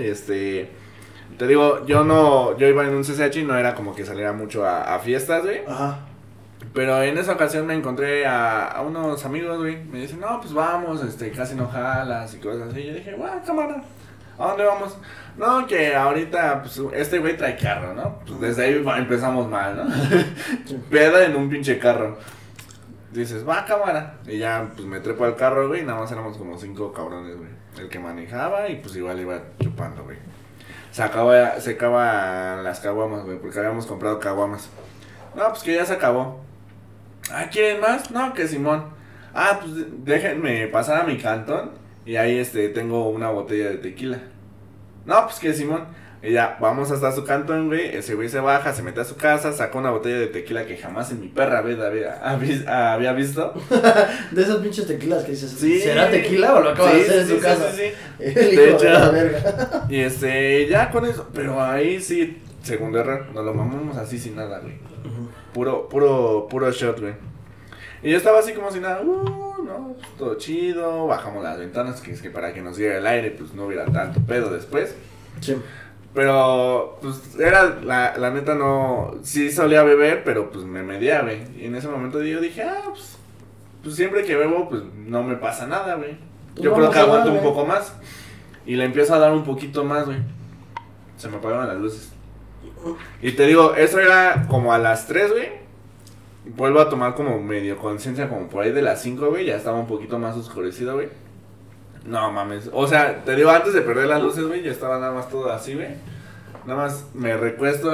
S3: Te digo, yo iba en un CCH y no era como que saliera mucho a fiestas, güey.
S2: Ajá.
S3: Pero en esa ocasión me encontré a unos amigos, güey. Me dicen, no, pues vamos, casi no jalas y cosas así. Yo dije, guau, cámara, ¿a dónde vamos? No, que ahorita, pues, este güey trae carro, ¿no? Pues desde ahí empezamos mal, ¿no? Peda en un pinche carro. Dices, va, cámara. Y ya, pues, me trepo al carro, güey, y nada más éramos como 5 cabrones, güey. El que manejaba y, pues, igual iba chupando, güey. Se acaban las caguamas, güey, porque habíamos comprado caguamas. No, pues, que ya se acabó. ¿Quieren más? No, que Simón. Pues, déjenme pasar a mi cantón y ahí, tengo una botella de tequila. No, pues que Simón. Y ya, vamos hasta su cantón, güey. Ese güey se baja, se mete a su casa, saca una botella de tequila que jamás en mi perra vida había visto.
S2: De esos pinches tequilas que dices,
S3: Sí.
S2: ¿será tequila o lo acaba de hacer en su casa?
S3: Sí.
S2: El
S3: De
S2: hijo
S3: hecho.
S2: de la verga.
S3: Y ya con eso, pero ahí sí, segundo error, nos lo mamamos así sin nada, güey. Puro shot, güey. Y yo estaba así como si nada, no, pues, todo chido, bajamos las ventanas, que es que para que nos diera el aire, pues no hubiera tanto pedo después.
S2: Sí.
S3: Pero, pues, la neta no, sí solía beber, pero pues me medía, güey. Y en ese momento yo dije, pues siempre que bebo, pues no me pasa nada, güey.
S2: Pues
S3: Yo creo
S2: vamos
S3: que
S2: a
S3: aguanto
S2: dar,
S3: un
S2: güey.
S3: poco más. Y le empiezo a dar un poquito más, güey. Se me apagaron las luces. Y te digo, eso era como a las 3, güey. Vuelvo a tomar como medio conciencia, como por ahí de las 5, güey. Ya estaba un poquito más oscurecido, güey. No mames. O sea, te digo, antes de perder las luces, güey, ya estaba nada más todo así, güey. Nada más me recuesto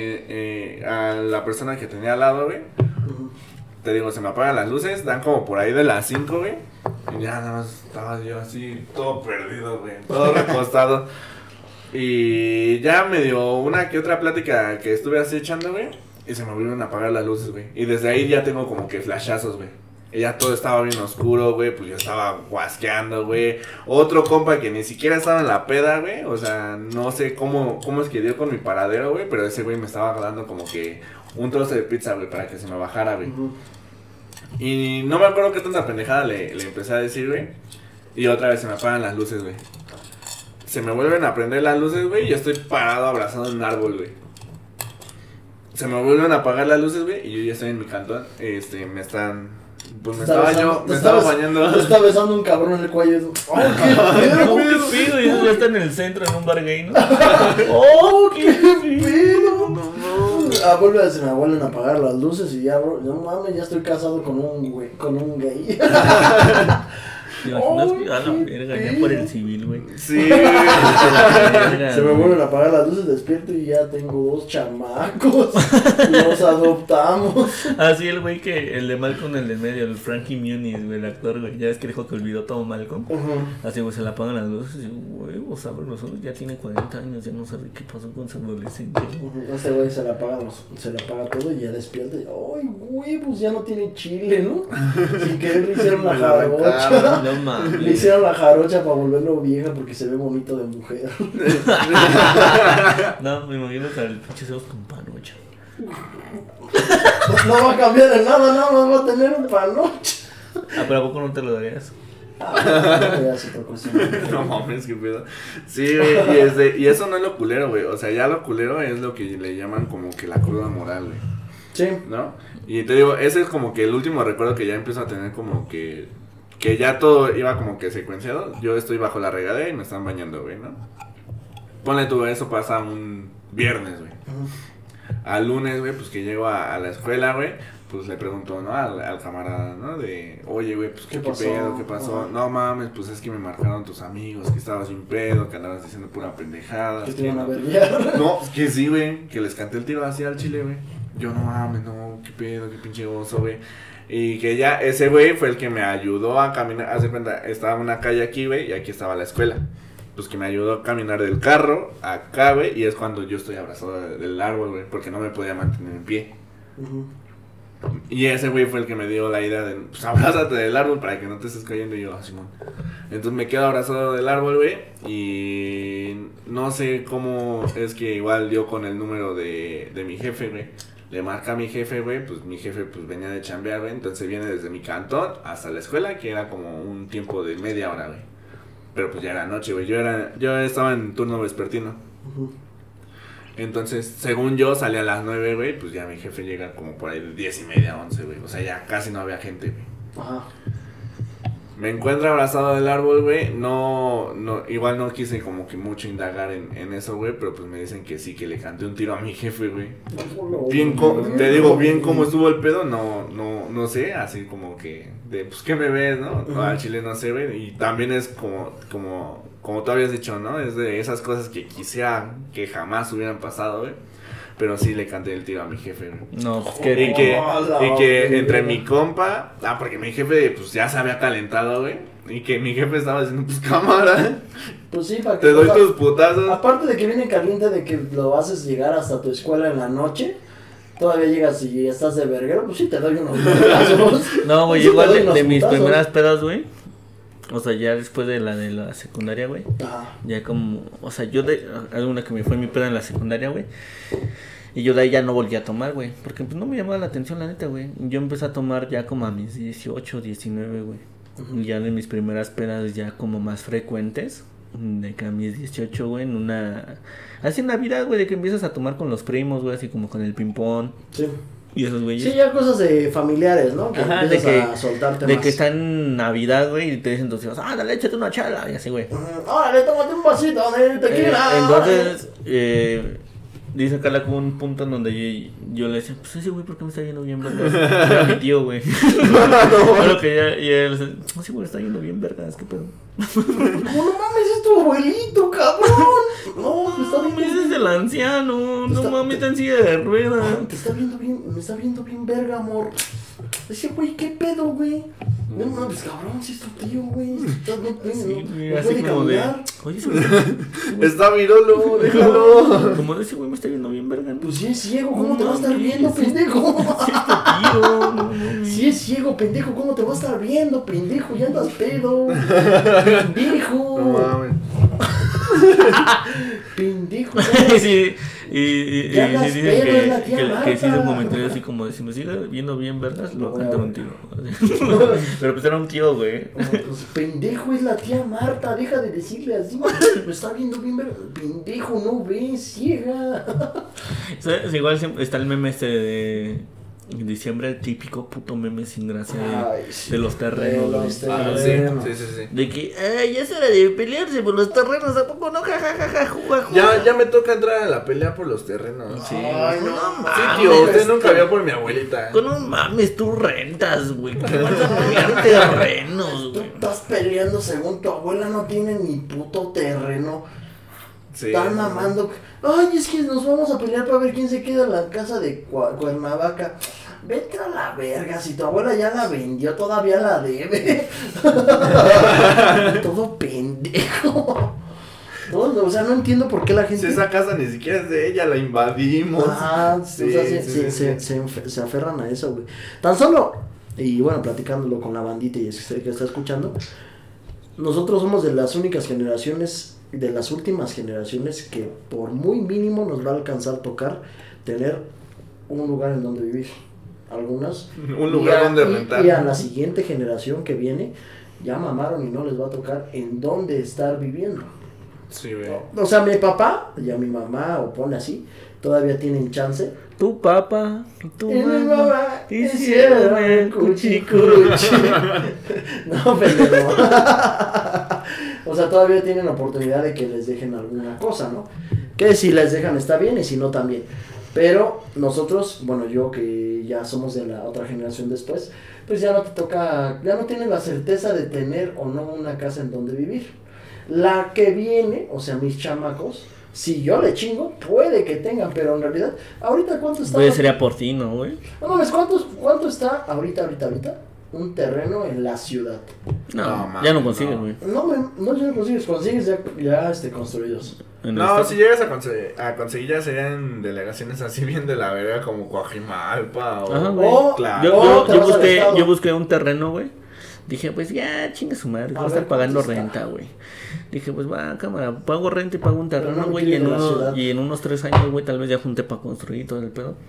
S3: a la persona que tenía al lado, güey. Te digo, se me apagan las luces, dan como por ahí de las 5, güey. Y ya nada más estaba yo así, todo perdido, güey. Todo recostado. Y ya me dio una que otra plática que estuve así echando, güey. Y se me volvieron a apagar las luces, güey. Y desde ahí ya tengo como que flashazos, güey. Y ya todo estaba bien oscuro, güey. Pues yo estaba guasqueando, güey. Otro compa que ni siquiera estaba en la peda, güey. O sea, no sé cómo es que dio con mi paradero, güey. Pero ese güey me estaba dando como que un trozo de pizza, güey, para que se me bajara, güey. Y no me acuerdo qué tanta pendejada le empecé a decir, güey. Y otra vez se me apagan las luces, güey. Se me vuelven a prender las luces, güey. Y yo estoy parado abrazado en un árbol, güey. Se me vuelven a apagar las luces, güey. Y yo ya estoy en mi cantón. Me están... Pues me estaba bañando.
S2: Te está besando un cabrón en el cuello. ¡Ay,
S1: ¿Qué pido? Y ya está en el centro, en un bar gay, ¿no?
S2: ¡Oh, qué pedo! Se me vuelven a apagar las luces y ya, bro, no mames, ya estoy casado con un gay.
S1: ¿Te imaginas que a la verga ya por el civil, güey?
S3: Sí.
S2: Se me vuelven a apagar las luces, despierto y ya tengo 2 chamacos. Los adoptamos.
S1: Así el güey el de Malcolm, el de medio, el Frankie Muniz, güey, el actor, güey. Ya ves que dijo que olvidó todo Malcolm. Así, güey, se le apagan las luces y, güey, abre los ojos, ya tiene 40 años, ya no sabe qué pasó con su adolescente.
S2: Este güey se le apaga todo y ya despierta y, ay, güey, pues ya no tiene chile, ¿no? Sin querer le hicieron la jarocha.
S1: No mames.
S2: Le hicieron la jarocha para volverlo vieja porque se ve bonito de mujer.
S1: No, me imagino que el pinche Zeus con panocha.
S2: No va a cambiar de nada más va a tener un panocha.
S1: Pero ¿a poco no te lo darías?
S2: Ya es otra cuestión.
S3: No mames, qué pedo. Sí, güey, y eso no es lo culero, güey. O sea, ya lo culero es lo que le llaman como que la cruda moral, güey.
S2: Sí.
S3: ¿No? Y te digo, ese es como que el último recuerdo que ya empiezo a tener como que ya todo iba como que secuenciado. Yo estoy bajo la regadera y me están bañando, güey, ¿no? Ponle tú, eso pasa un viernes, güey. Al lunes, güey, pues que llego a la escuela, güey, pues le pregunto, ¿no? Al camarada, ¿no? De, oye, güey, pues ¿qué pedo? ¿Qué pasó?
S2: Ajá.
S3: No mames, pues es que me marcaron tus amigos, que estabas sin pedo, que andabas diciendo pura pendejada.
S2: Que te iban a verguiar.
S3: No, que sí, güey, que les canté el tiro así al chile, güey. Yo, no mames, no, qué pedo, qué pinche oso, güey. Y que ya, ese güey fue el que me ayudó a caminar. Hace cuenta, estaba una calle aquí, güey, y aquí estaba la escuela. Pues que me ayudó a caminar del carro acá, güey, y es cuando yo estoy abrazado del árbol, güey, porque no me podía mantener en pie. Y ese güey fue el que me dio la idea de, pues abrázate del árbol para que no te estés cayendo. Y yo, Simón. Entonces me quedo abrazado del árbol, güey, y no sé cómo es que igual dio con el número de mi jefe, güey. Le marca a mi jefe, güey, pues mi jefe pues venía de chambear, güey, entonces viene desde mi cantón hasta la escuela, que era como un tiempo de media hora, güey. Pero pues ya era noche, güey, yo estaba en turno vespertino. Entonces, según yo, salí a las 9, güey, pues ya mi jefe llega como por ahí de 10:30, 11, güey. O sea, ya casi no había gente, güey.
S2: Ajá.
S3: Me encuentro abrazado del árbol, güey. No, igual no quise como que mucho indagar en eso, güey. Pero pues me dicen que sí, que le canté un tiro a mi jefe, güey. Te digo, bien cómo estuvo el pedo, no sé. Así como que, pues, ¿qué me ves, no? No, al chile no sé, güey. Y también es como tú habías dicho, ¿no? Es de esas cosas que quisiera que jamás hubieran pasado, güey. Pero sí le canté el tiro a mi jefe, güey.
S1: No, pues
S3: Y que entre mi compa, porque mi jefe pues ya se había calentado, güey. Y que mi jefe estaba diciendo, pues cámara.
S2: Pues sí, para que
S3: Te doy tus putazos.
S2: Aparte de que viene caliente de que lo haces llegar hasta tu escuela en la noche, todavía llegas y estás de verguero, pues sí te doy unos putazos.
S1: No, güey,
S2: Sí,
S1: igual
S2: te doy unos
S1: de mis
S2: putazos.
S1: primeras pedas, güey. O sea, ya después de la secundaria, güey.
S2: Ajá.
S1: Ya como, o sea, alguna que me fue mi peda en la secundaria, güey. Y yo de ahí ya no volví a tomar, güey. Porque pues no me llamaba la atención, la neta, güey. Yo empecé a tomar ya como a mis 18, 19, güey. Y ya de mis primeras pedas ya como más frecuentes. De que a mis 18, güey, así en Navidad, güey, de que empiezas a tomar con los primos, güey, así como con el ping-pong.
S2: Sí.
S1: Y esos güeyes.
S2: Sí, ya cosas de familiares, ¿no? Que
S1: Ajá,
S2: empiezas a soltarte
S1: de
S2: más.
S1: que está en Navidad, güey, y te dicen tus hijos, dale, échate una chala, y así, güey.
S2: Órale, tómate un vasito de tequila.
S1: Entonces, dice Carla como un punto en donde yo le decía, pues ese güey, ¿por qué me está yendo bien verga? Era mi tío, güey. Claro que y él dice, sí, güey, está yendo bien verga, es que pedo.
S2: ¿Cómo no mames, es tu abuelito, cabrón? No, me está viendo.
S1: Ese es el anciano, no mames, está en silla de ruedas.
S2: Me está viendo bien verga, amor. Ese güey, ¿qué pedo, güey? No mames, cabrón, si es tu tío, güey.
S1: Sí, güey,
S2: No
S1: así
S2: puede
S1: como
S2: caminar.
S1: oye, ese güey,
S3: Está virolo, déjalo.
S1: como de ese güey me está viendo bien verga, ¿no?
S2: Pues si es ciego, ¿cómo te va a estar viendo, pendejo?
S1: Sí, es tu tío, no mames.
S2: Si es ciego, pendejo, ¿cómo te va a estar viendo, pendejo? Ya andas pedo. Pendejo.
S3: No mames.
S2: pendejo.
S1: Sí, y
S2: Ya las
S1: dicen
S2: pedo,
S1: que,
S2: es la tía
S1: que sí hizo
S2: Marta.
S1: un comentario así como de si me sigue viendo bien vergas, lo
S2: Bueno,
S1: cantan un tiro. Pero pues era un tío, güey.
S2: Pues, pendejo, es la tía Marta, deja de decirle así. Me está viendo bien ver. Pendejo, no ves, ciega.
S1: ¿Sabes? Igual siempre está el meme este de en diciembre, el típico puto meme sin gracia
S2: Ay, sí.
S1: de los terrenos.
S2: De
S1: güey.
S2: los
S3: Ah,
S2: terrenos.
S3: sí.
S1: De que, ay, ya es hora de pelearse por los terrenos, ¿a poco no? Ja, ja, ja, ja, juga, juga.
S3: Ya me toca entrar a la pelea por los terrenos.
S1: Sí,
S2: Ay, no,
S1: no
S3: Sí,
S1: mames.
S3: tío, usted nunca vio por mi abuelita.
S1: Con un mames, tú rentas, güey. ¿Cómo vas a pelear terrenos,
S2: Tú
S1: güey?
S2: estás peleando según tu abuela no tiene ni puto terreno.
S3: Sí.
S2: Están mamando. Ay, es que nos vamos a pelear para ver quién se queda en la casa de Cuernavaca. Vete a la verga, si tu abuela ya la vendió, todavía la debe. Todo pendejo. Todo, o sea, no entiendo por qué la gente...
S3: Si esa casa ni siquiera es de ella, la invadimos.
S2: Sí, o sea, se aferran a eso, güey. Tan solo, y bueno, platicándolo con la bandita y es que está escuchando, nosotros somos de las únicas generaciones, de las últimas generaciones que por muy mínimo nos va a alcanzar tocar tener un lugar en donde vivir. Algunas.
S3: Un lugar donde rentar.
S2: Y a la siguiente generación que viene, ya mamaron y no les va a tocar en dónde estar viviendo.
S3: Sí, güey.
S2: O sea, mi papá y a mi mamá, o pone así, todavía tienen chance.
S1: Tu papá y tu
S2: Y mi
S1: mamá
S2: mamá
S1: hicieron el
S2: cuchi
S1: cuchicuchi.
S2: No, pendejo. O sea, todavía tienen la oportunidad de que les dejen alguna cosa, ¿no? Que si les dejan está bien y si no también. Pero nosotros, bueno, yo que ya somos de la otra generación después, pues ya no te toca, ya no tienes la certeza de tener o no una casa en donde vivir. La que viene, o sea, mis chamacos, si yo le chingo, puede que tengan, pero en realidad, ahorita ¿cuánto está?
S1: Pues sería por ti, ¿no, güey?
S2: No mames, ¿cuánto está ahorita un terreno en la ciudad?
S1: No,
S3: No, mames,
S1: ya no consigues,
S3: no.
S1: güey.
S2: No ya consigues ya construidos.
S1: En el
S3: No,
S1: estado.
S3: si llegas a conseguir ya serían delegaciones así bien de la verga como Coajimalpa o...
S1: Ajá, güey.
S2: O-
S3: Claro.
S2: te vas al estado.
S1: Yo busqué un terreno, güey. Dije, pues ya, chingue su madre, voy a estar
S2: ver,
S1: pagando
S2: ¿cuánto está?
S1: renta, güey. Dije, pues va, cámara, pago renta y pago un
S2: Pero
S1: terreno,
S2: no me
S1: güey,
S2: quiero ir de la ciudad.
S1: y en unos 3 años, güey, tal vez ya junté para construir todo el pedo.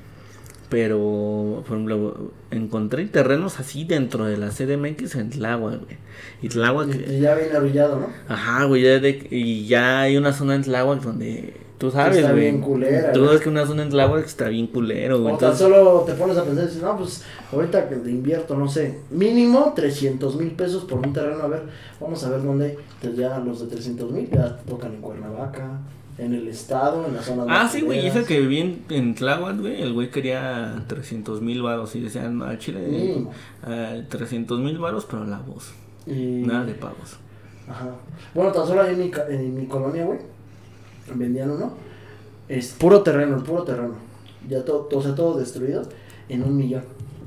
S1: Pero, por ejemplo, encontré terrenos así dentro de la CDMX en Tláhuac, güey. Y Tláhuac,
S2: Y ya viene arrullado, ¿no?
S1: ajá, güey, y ya hay una zona en Tláhuac donde, tú sabes,
S2: Está
S1: güey.
S2: bien culera,
S1: Tú
S2: güey.
S1: sabes que una zona en Tláhuac está bien culero, güey.
S2: O tan
S1: Entonces,
S2: solo te pones a pensar y dices, no, pues ahorita que te invierto, no sé, mínimo 300,000 pesos por un terreno, a ver, vamos a ver dónde hay. Entonces ya los de 300,000 ya tocan en Cuernavaca, en el estado, en las zonas más
S1: sí, güey, y
S2: culeras.
S1: ese que vivía en Tláhuac, güey, el güey quería 300,000 varos y decían, al Chile,
S2: Mínimo.
S1: 300,000 varos, pero la voz,
S2: Y...
S1: nada de pagos.
S2: Ajá. Bueno, tan solo ahí en mi colonia, güey, vendían uno, es puro terreno. Ya todo destruido en 1,000,000.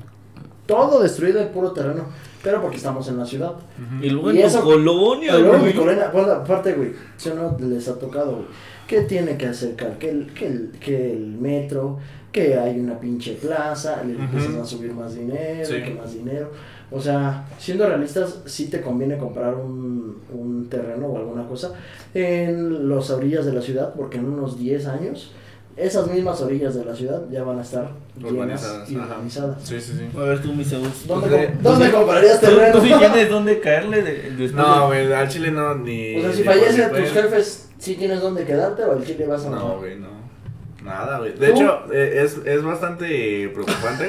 S2: Todo destruido en puro terreno, pero porque estamos en la ciudad.
S1: Y luego
S2: Y
S1: en
S2: eso-
S1: tu colonia,
S2: Pero luego mi
S1: güey.
S2: colonia, bueno, aparte, güey, si o no les ha tocado, güey, que tiene que acercar, que el metro, que hay una pinche plaza, le empiezan a subir más dinero,
S3: Sí.
S2: que más dinero. O sea, siendo realistas, sí te conviene comprar un terreno o alguna cosa en las orillas de la ciudad, porque en unos 10 años, esas mismas orillas de la ciudad ya van a estar llenas
S3: Urbanizadas,
S2: y
S3: ajá.
S2: urbanizadas.
S3: Sí, sí, sí.
S1: A ver, tú, mi Zeus.
S2: ¿Dónde comprarías terreno?
S1: ¿Tú sí tienes dónde caerle después
S3: No,
S1: de-
S3: güey, al Chile no, ni...
S2: O sea, si
S3: ni
S2: fallecen
S3: por mi
S2: tus
S3: cuenta.
S2: jefes, ¿sí tienes dónde quedarte o al Chile vas a
S3: No,
S2: matar?
S3: güey, no. Nada, güey. De
S2: ¿Tú?
S3: hecho, es bastante preocupante.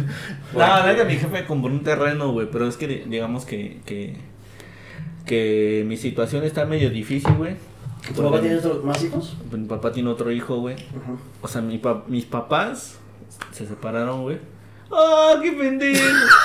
S1: No, neta, mi jefe compró un terreno, güey, pero es que digamos que mi situación está medio difícil, güey.
S2: ¿Tu papá tiene otros más hijos?
S1: Mi papá tiene otro hijo, güey.
S2: Ajá.
S1: O sea, mis papás se separaron, güey. ¡Ah, qué pendejo!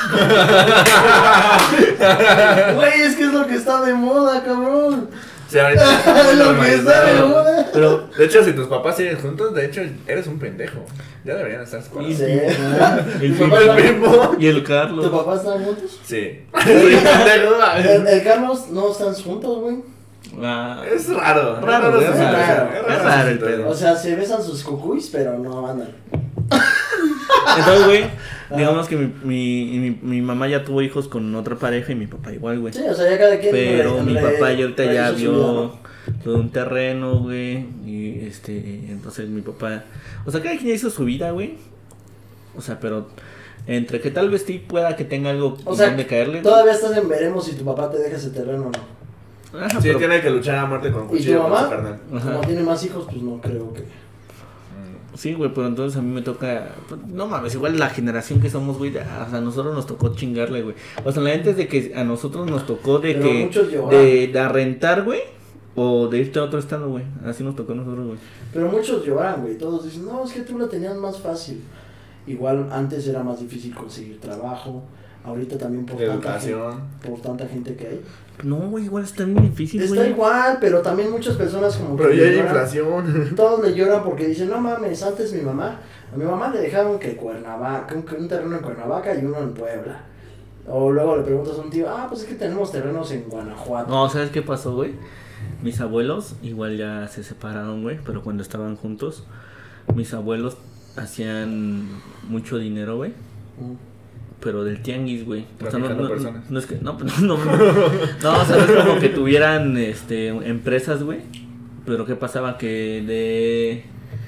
S2: Güey, es que es lo que está de moda, cabrón.
S3: Sí, ahorita
S2: Es lo que está de moda.
S3: Pero, de hecho, si tus papás siguen juntos, de hecho, eres un pendejo. Ya deberían estar separados.
S2: Sí,
S1: El
S2: ¿Tu papá
S1: Pipo
S2: está-
S1: y el
S2: ¿Tu
S1: Carlos.
S2: papá están juntos?
S3: Sí. Pendejo.
S2: El Carlos no están juntos, güey.
S1: Ah,
S3: Es raro.
S1: Raro,
S3: su
S1: es
S3: situación,
S2: raro.
S1: Es raro el
S3: su
S1: pedo.
S3: situación.
S2: O sea, se besan sus cucuis, pero no andan.
S1: entonces, güey, digamos que mi mamá ya tuvo hijos con otra pareja y mi papá igual, güey.
S2: Sí, o sea, ya cada quien.
S1: Pero mi papá ya ahorita ya
S2: rehizo su vida,
S1: vio
S2: ¿no?
S1: todo un terreno, güey. Y entonces mi papá, o sea, cada quien hizo su vida, güey. O sea, pero entre que tal vez sí pueda que tenga algo
S2: O sea,
S1: donde caerle.
S2: todavía estás en veremos si tu papá te deja ese terreno o no.
S1: Ajá,
S3: Sí,
S1: pero-
S3: tiene que luchar a muerte con
S2: ¿Y tu
S3: cuchillo con
S2: mamá?
S3: su carnal.
S1: Ajá.
S2: Como tiene más hijos, pues no creo que...
S1: Sí, güey, pero entonces a mí me toca, pues, no mames, igual la generación que somos, güey, o sea, a nosotros nos tocó chingarle, güey. O sea, la gente es de que a nosotros nos tocó de
S2: Pero
S1: que,
S2: muchos lloran.
S1: de a rentar, güey, o de irte a otro estado, güey. Así nos tocó a nosotros, güey.
S2: Pero muchos lloran, güey. Todos dicen, no, es que tú la tenías más fácil. Igual antes era más difícil conseguir trabajo. Ahorita también por
S3: Educación.
S2: por tanta gente que hay.
S1: No, güey, igual está muy difícil,
S2: Está
S1: güey.
S2: igual, pero también muchas personas como
S3: Pero
S2: que
S3: ya
S2: le
S3: hay
S2: lloran.
S3: inflación.
S2: Todos le lloran porque dicen, no mames, antes a mi mamá le dejaron que Cuernavaca, un terreno en Cuernavaca y uno en Puebla. O luego le preguntas a un tío, pues es que tenemos terrenos en Guanajuato.
S1: No, ¿sabes qué pasó, güey? Mis abuelos igual ya se separaron, güey, pero cuando estaban juntos, mis abuelos hacían mucho dinero, güey. Pero del tianguis, güey. O sea,
S3: Traficando personas.
S1: no es que, no, no, o sea, no es como que tuvieran, empresas, güey. Pero ¿qué pasaba? Que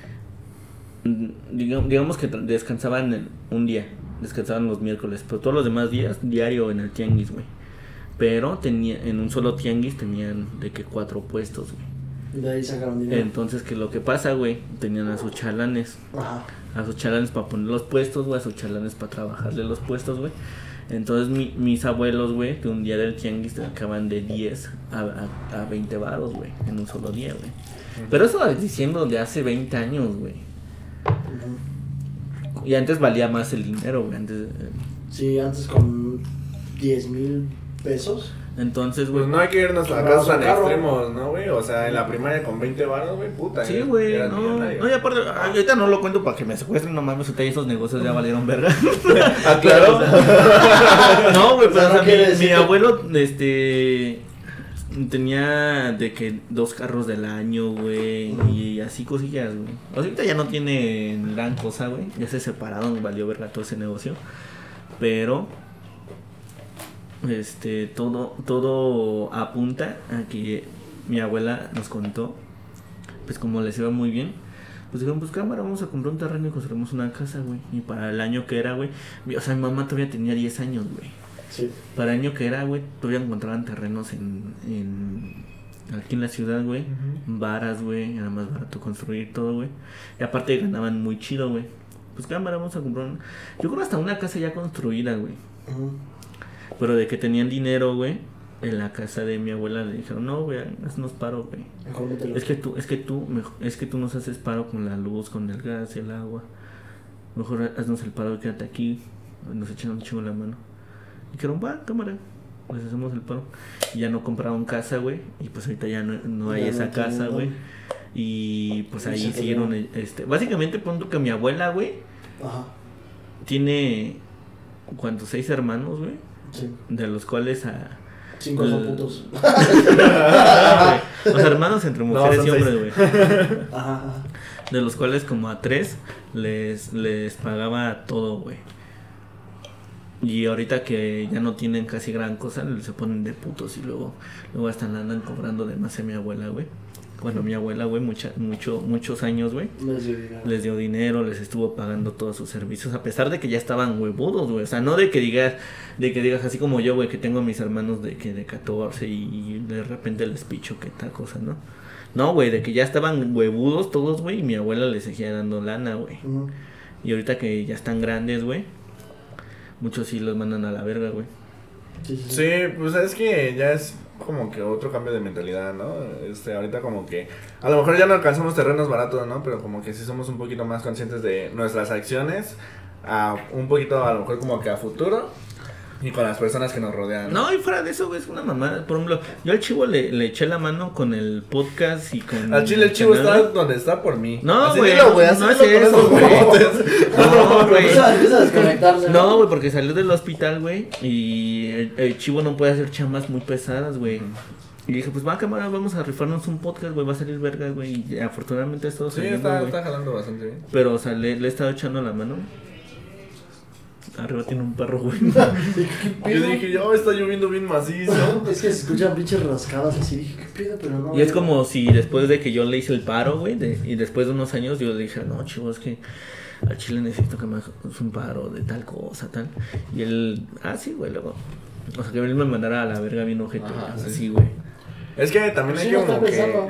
S1: digamos que descansaban un día, descansaban los miércoles, pero todos los demás días, diario en el tianguis, güey. Pero en un solo tianguis tenían de que 4 puestos, güey.
S2: De ahí sacaron dinero.
S1: Entonces, que lo que pasa, güey, tenían a sus chalanes.
S2: Ajá.
S1: A sus chalanes para poner los puestos, güey, a sus chalanes para trabajarle los puestos, güey. Entonces mis abuelos, güey, que un día del tianguis te acaban de 10 a 20 varos, güey, en un solo día, güey. Pero eso diciendo de hace 20 años, güey. Y antes valía más el dinero, güey, antes...
S2: Sí, antes con 10,000 pesos.
S1: Entonces, güey...
S3: Pues no hay que irnos a
S2: Compramos
S3: casos tan
S2: un carro.
S3: extremos, ¿no, güey? O sea, en la primaria con 20 varos, güey, puta.
S1: Sí, güey,
S3: eras
S1: no,
S3: millonario.
S1: no, y aparte, ahorita no lo cuento para que me secuestren, no mames, ahorita esos negocios ya valieron verga.
S3: Ah, claro.
S1: No, güey,
S2: O sea,
S1: pero
S2: no
S1: o sea,
S2: quiere
S1: mi
S2: decir que-
S1: abuelo, tenía de que 2 carros del año, güey, y así cosillas, güey. O sea, ahorita ya no tiene gran cosa, güey, ya se separaron, valió verga todo ese negocio, pero... todo apunta a que mi abuela nos contó, pues como les iba muy bien, pues dijeron, pues cámara, vamos a comprar un terreno y construimos una casa, güey. Y para el año que era, güey, o sea, mi mamá todavía tenía 10 años, güey.
S2: Sí.
S1: Para el año que era, güey, todavía encontraban terrenos aquí en la ciudad, güey. Varas, güey, era más barato construir todo, güey. Y aparte ganaban muy chido, güey. Pues cámara, vamos a comprar yo creo hasta una casa ya construida, güey. Pero de que tenían dinero, güey, en la casa de mi abuela le dijeron, no, güey, haznos paro, güey.
S2: Mejor mételo.
S1: Es que tú nos haces paro con la luz, con el gas y el agua. Mejor haznos el paro y quédate aquí. Nos echan un chingo la mano. Y dijeron, va, cámara, les hacemos el paro. Y ya no compraron casa, güey. Y pues ahorita ya no hay
S2: Ya
S1: esa
S2: no
S1: casa,
S2: tienen,
S1: güey.
S2: ¿no?
S1: Y pues
S2: Y
S1: ahí
S2: se
S1: siguieron,
S2: quedaron.
S1: básicamente punto que mi abuela, güey,
S2: Ajá.
S1: tiene, ¿cuántos? 6 hermanos, güey.
S2: Sí.
S1: De los cuales
S2: 5 son putos.
S1: Los hermanos entre mujeres
S3: son
S1: y hombres, güey.
S2: Ajá.
S1: De los cuales como a 3 les pagaba todo, güey. Y ahorita que ya no tienen casi gran cosa, se ponen de putos y luego hasta la andan cobrando de más a mi abuela, güey. Bueno, mi abuela, güey, muchos años, güey. Les dio dinero, les estuvo pagando todos sus servicios, a pesar de que ya estaban huevudos, güey. O sea, no de que digas así como yo, güey, que tengo a mis hermanos de 14 y de repente les picho que tal cosa, ¿no? No, güey, de que ya estaban huevudos todos, güey, y mi abuela les seguía dando lana, güey. Y ahorita que ya están grandes, güey, muchos sí los mandan a la verga, güey.
S3: Sí, pues es que ya es como que otro cambio de mentalidad, ¿no? Ahorita como que a lo mejor ya no alcanzamos terrenos baratos, ¿no? Pero como que sí somos un poquito más conscientes de nuestras acciones, un poquito a lo mejor como que a futuro y con las personas que nos rodean.
S1: No, y fuera de eso, güey, es una mamada. Por ejemplo, yo al Chivo le eché la mano con el podcast y con...
S3: Al chile el chivo
S1: canal,
S3: está
S1: güey.
S3: donde está por mí.
S1: No,
S3: Así
S1: güey,
S3: dilo, güey,
S1: no,
S3: así
S1: no es
S3: dilo con
S1: eso,
S3: esos
S1: güey.
S3: huevotes.
S1: No, güey.
S2: Empieza a desconectarse.
S1: No, güey, porque salió del hospital, güey, y el Chivo no puede hacer chambas muy pesadas, güey. Y dije, pues va, cámara, vamos a rifarnos un podcast, güey, va a salir verga, güey. Y afortunadamente es todo
S3: Sí,
S1: saliendo,
S3: está
S1: güey.
S3: jalando bastante bien.
S1: Pero, o sea, le he estado echando la mano. arriba tiene un perro, güey.
S3: Yo dije, yo está lloviendo bien macizo.
S2: Es que se escuchan pinches rascadas así. Dije, ¿qué pedo? Pero no.
S1: Y es como si después de que yo le hice el paro, güey, y después de unos años yo dije, no, chicos, es que al chile necesito que me hagas un paro de tal cosa, tal. Y él, sí, güey, luego. O sea, que él me mandara a la verga bien ojete.
S2: Ajá,
S1: Así, güey.
S3: Es que también hay
S2: Sí, lo
S3: como
S2: estoy
S3: que...
S2: pensando.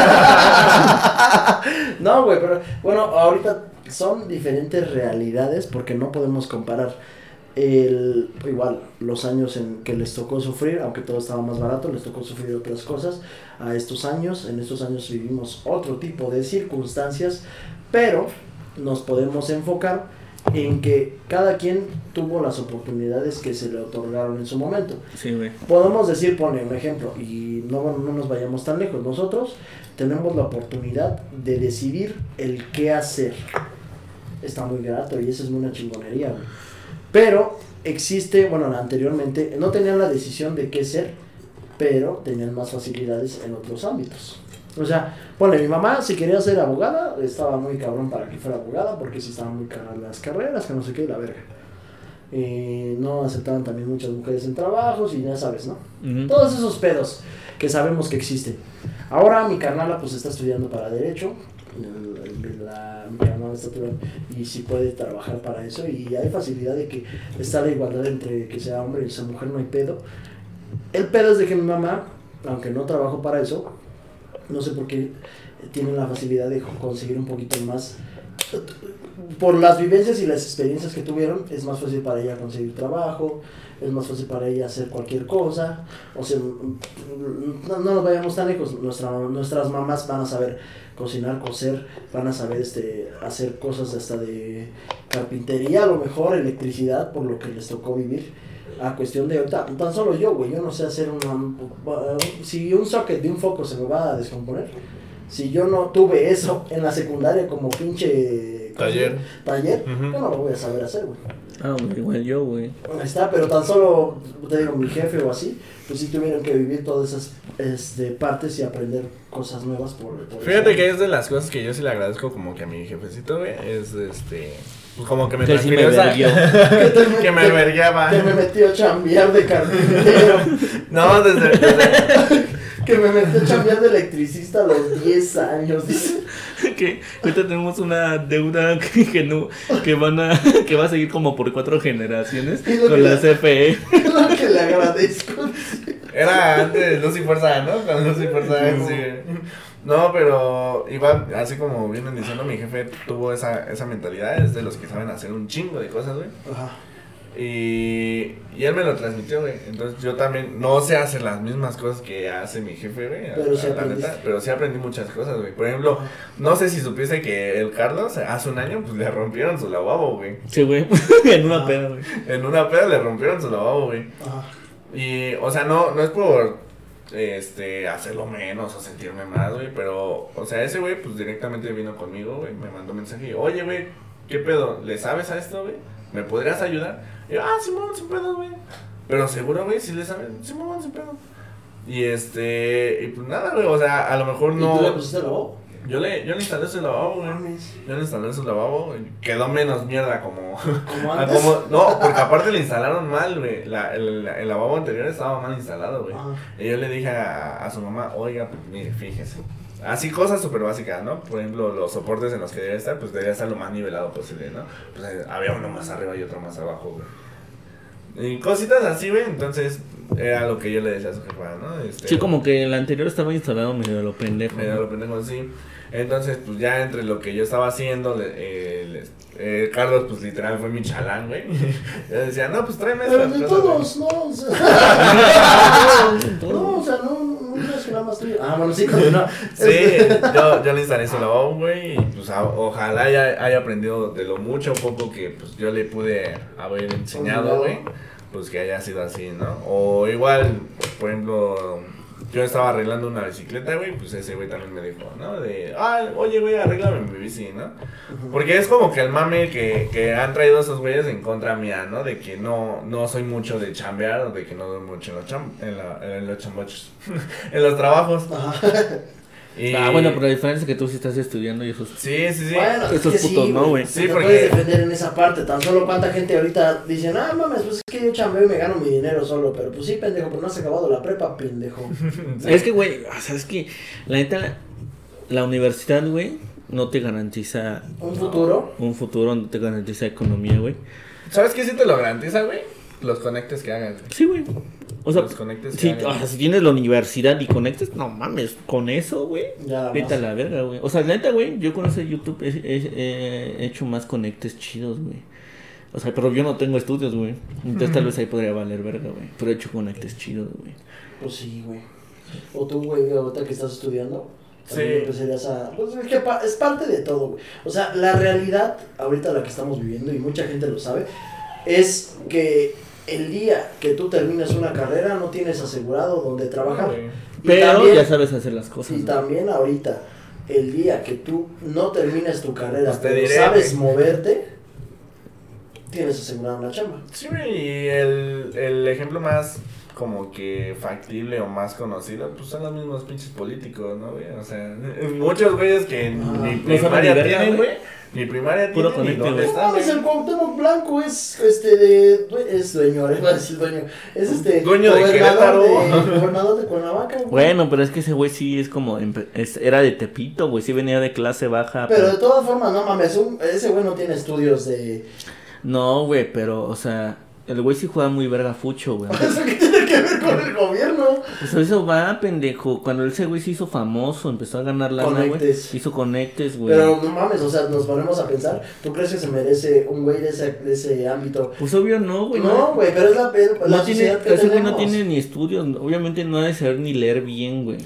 S2: No, güey, pero bueno, ahorita son diferentes realidades porque no podemos comparar igual los años en que les tocó sufrir, aunque todo estaba más barato, les tocó sufrir otras cosas a estos años. En estos años vivimos otro tipo de circunstancias, pero nos podemos enfocar en que cada quien tuvo las oportunidades que se le otorgaron en su momento.
S1: Sí, güey.
S2: Podemos decir, pone un ejemplo, y no nos vayamos tan lejos. Nosotros tenemos la oportunidad de decidir el qué hacer. Está muy grato y eso es una chingonería, güey. Pero existe, bueno, anteriormente no tenían la decisión de qué ser, pero tenían más facilidades en otros ámbitos. O sea, ponle, mi mamá si quería ser abogada, estaba muy cabrón para que fuera abogada, porque si estaban muy caras las carreras, que no sé qué, la verga. No aceptaban también muchas mujeres en trabajos y ya sabes, ¿no?
S1: Uh-huh.
S2: Todos esos pedos que sabemos que existen. Ahora mi carnala pues está estudiando para Derecho, mi carnala está estudiando y sí puede trabajar para eso, y hay facilidad de que está la igualdad entre que sea hombre y sea mujer, no hay pedo. El pedo es de que mi mamá, aunque no trabajo para eso, no sé por qué tienen la facilidad de conseguir un poquito más. Por las vivencias y las experiencias que tuvieron, es más fácil para ella conseguir trabajo, es más fácil para ella hacer cualquier cosa. O sea, no nos vayamos tan lejos. Nuestras mamás van a saber cocinar, coser, van a saber hacer cosas hasta de carpintería, a lo mejor electricidad, por lo que les tocó vivir. A cuestión de ahorita, tan solo yo, güey, yo no sé hacer si un socket de un foco se me va a descomponer, si yo no tuve eso en la secundaria como pinche
S3: taller,
S2: yo no lo voy a saber hacer, güey.
S1: Igual yo, güey.
S2: Ahí está, pero tan solo, te digo, mi jefe o así, pues sí tuvieron que vivir todas esas partes y aprender cosas nuevas por
S3: Fíjate
S2: eso.
S3: que es de las cosas que yo sí le agradezco como que a mi jefecito, güey, es como que me
S1: Que sí me
S3: transfirió
S1: verguió.
S3: que me vergueaba.
S2: Que me metió a chambear de carpintero.
S3: No, desde
S2: Que me metió a chambear de electricista a los 10 años, dice.
S1: Que ahorita tenemos una deuda que va a seguir como por 4 generaciones
S2: Y lo
S1: con
S2: que
S1: la
S2: le-
S1: CFE.
S2: Lo que le agradezco.
S3: Era antes Luz y Fuerza, ¿no? Con Luz y Fuerza,
S2: No.
S3: sí. No, pero igual, así como vienen diciendo, mi jefe tuvo esa mentalidad, es de los que saben hacer un chingo de cosas, güey.
S2: Ajá.
S3: Y él me lo transmitió, güey. Entonces yo también no sé hacer las mismas cosas que hace mi jefe, güey.
S2: Pero sí
S3: la
S2: aprendiste.
S3: neta, pero sí aprendí muchas cosas, güey. Por ejemplo, no sé si supiste que el Carlos hace un año pues le rompieron su lavabo, güey.
S1: Sí, güey. En una peda, güey.
S3: En una peda le rompieron su lavabo, güey.
S2: Ajá.
S3: Y, o sea, no es por hacerlo menos o sentirme más, güey, pero, o sea, ese güey, pues, directamente vino conmigo, güey, me mandó un mensaje y, oye, güey, ¿qué pedo? ¿Le sabes a esto, güey? ¿Me podrías ayudar? Y yo, Simón, sin pedo, güey, pero seguro, güey, si le sabes, Simón, sin pedo. Y, y pues, nada, güey, o sea, a lo mejor no...
S2: ¿Y tú le pusiste la voz?
S3: Yo le instalé su lavabo, güey. Yo le instalé su lavabo. Quedó menos mierda como...
S2: ¿Como antes?
S3: No, porque aparte le instalaron mal, güey. El lavabo anterior estaba mal instalado, güey.
S2: Ajá.
S3: Y yo le dije a su mamá, oiga, pues mire, fíjese. Así cosas súper básicas, ¿no? Por ejemplo, los soportes en los que debería estar, pues debería estar lo más nivelado posible, ¿no? Pues había uno más arriba y otro más abajo, güey. Y cositas así, güey. Entonces, era lo que yo le decía a su jefa, ¿no?
S1: Sí, como que el anterior estaba instalado medio de lo pendejo.
S3: Medio lo pendejo, sí. Entonces, pues ya entre lo que yo estaba haciendo, Carlos, pues literal fue mi chalán, güey. Yo decía, no, pues tráeme
S2: Pero
S3: esta
S2: de
S3: cosa,
S2: todos, no, o sea. No, o sea, no es que nada más tuyo. Bueno, sí, continúa.
S3: Sí, yo le instalé su lavabo, güey, y pues ojalá haya aprendido de lo mucho o poco que pues yo le pude haber enseñado, güey, pues que haya sido así, ¿no? O igual, por ejemplo, yo estaba arreglando una bicicleta, güey, pues ese güey también me dijo, ¿no? Oye, güey, arréglame mi bici, ¿no? Porque es como que el mame que han traído esos güeyes en contra mía, ¿no? De que no soy mucho de chambear, o de que no doy mucho en los chambochos, en los trabajos.
S2: Ajá.
S1: Bueno, pero la diferencia es que tú sí estás estudiando y eso es...
S3: Sí.
S2: Bueno, es
S1: Esos
S2: que
S1: putos
S2: sí,
S1: no, güey.
S3: Sí,
S2: Sí, te
S3: porque-
S2: puedes defender en esa parte. Tan solo cuánta gente ahorita dice, mames, pues es que yo chambeo y me gano mi dinero solo. Pero pues sí, pendejo, pero no has acabado la prepa, pendejo.
S1: Es que, güey, o sea, es que la neta, la universidad, güey, no te garantiza
S2: Un futuro.
S1: un futuro, no te garantiza economía, güey.
S3: ¿Sabes qué sí te lo garantiza, güey? Los conectes que hagas, güey.
S1: Sí, güey. O sea,
S3: Los conectes que
S1: si,
S3: hagas.
S1: o sea, si tienes la universidad y conectas, no mames, con eso, güey.
S2: Ya,
S1: Vete a
S2: más.
S1: la verga, güey. O sea, neta, güey, yo con ese YouTube he hecho más conectes chidos, güey. O sea, pero yo no tengo estudios, güey. Entonces tal vez ahí podría valer verga, güey. Pero he hecho conectes chidos, güey.
S2: Pues sí, güey. O tú, güey, ahorita que estás estudiando. también
S3: Sí.
S2: Empezarías a... Pues es que es parte de todo, güey. O sea, la realidad, ahorita la que estamos viviendo, y mucha gente lo sabe, es que el día que tú termines una carrera no tienes asegurado dónde trabajar.
S3: Güey.
S2: Y
S1: Pero
S2: también-
S1: ya sabes hacer las cosas.
S2: Y
S1: güey.
S2: también ahorita, el día que tú no termines tu carrera,
S3: Pues te
S2: pero
S3: diré,
S2: sabes
S3: güey.
S2: moverte, tienes asegurada una chamba.
S3: Sí, güey, y el ejemplo más como que factible o más conocido, pues son los mismos pinches políticos, ¿no, güey? O sea, muchos güeyes que ni
S2: No
S1: saben
S3: primaria
S1: ni verga,
S3: tienen,
S1: güey.
S3: güey. Ni primaria
S1: Puro
S3: tienen, ni
S1: conecte,
S3: dónde
S1: güey.
S3: están,
S2: mames,
S3: güey.
S2: el Cuauhtémoc Blanco es es dueño, iba a decir dueño. Es
S3: Dueño de
S2: gobernador de Cuernavaca, güey.
S1: Bueno, pero es que ese güey sí es como... era de Tepito, güey. Sí venía de clase baja.
S2: Pero de todas formas, no mames, ese güey no tiene estudios de...
S1: No, güey, pero, o sea... El güey sí juega muy verga fucho, güey.
S2: ¿Eso qué tiene que ver con el gobierno?
S1: Pues eso va, pendejo. Cuando ese güey se hizo famoso, empezó a ganar lana, güey.
S2: Conectes.
S1: Hizo conectes, güey.
S2: Pero no mames, o sea, nos ponemos a pensar, ¿tú crees que se merece un güey de ese ámbito?
S1: Pues obvio no, güey.
S2: No, güey, pero es la
S1: No tiene,
S2: sociedad que
S1: ese güey no
S2: tenemos.
S1: tiene ni estudios, obviamente no ha de saber ni leer bien, güey.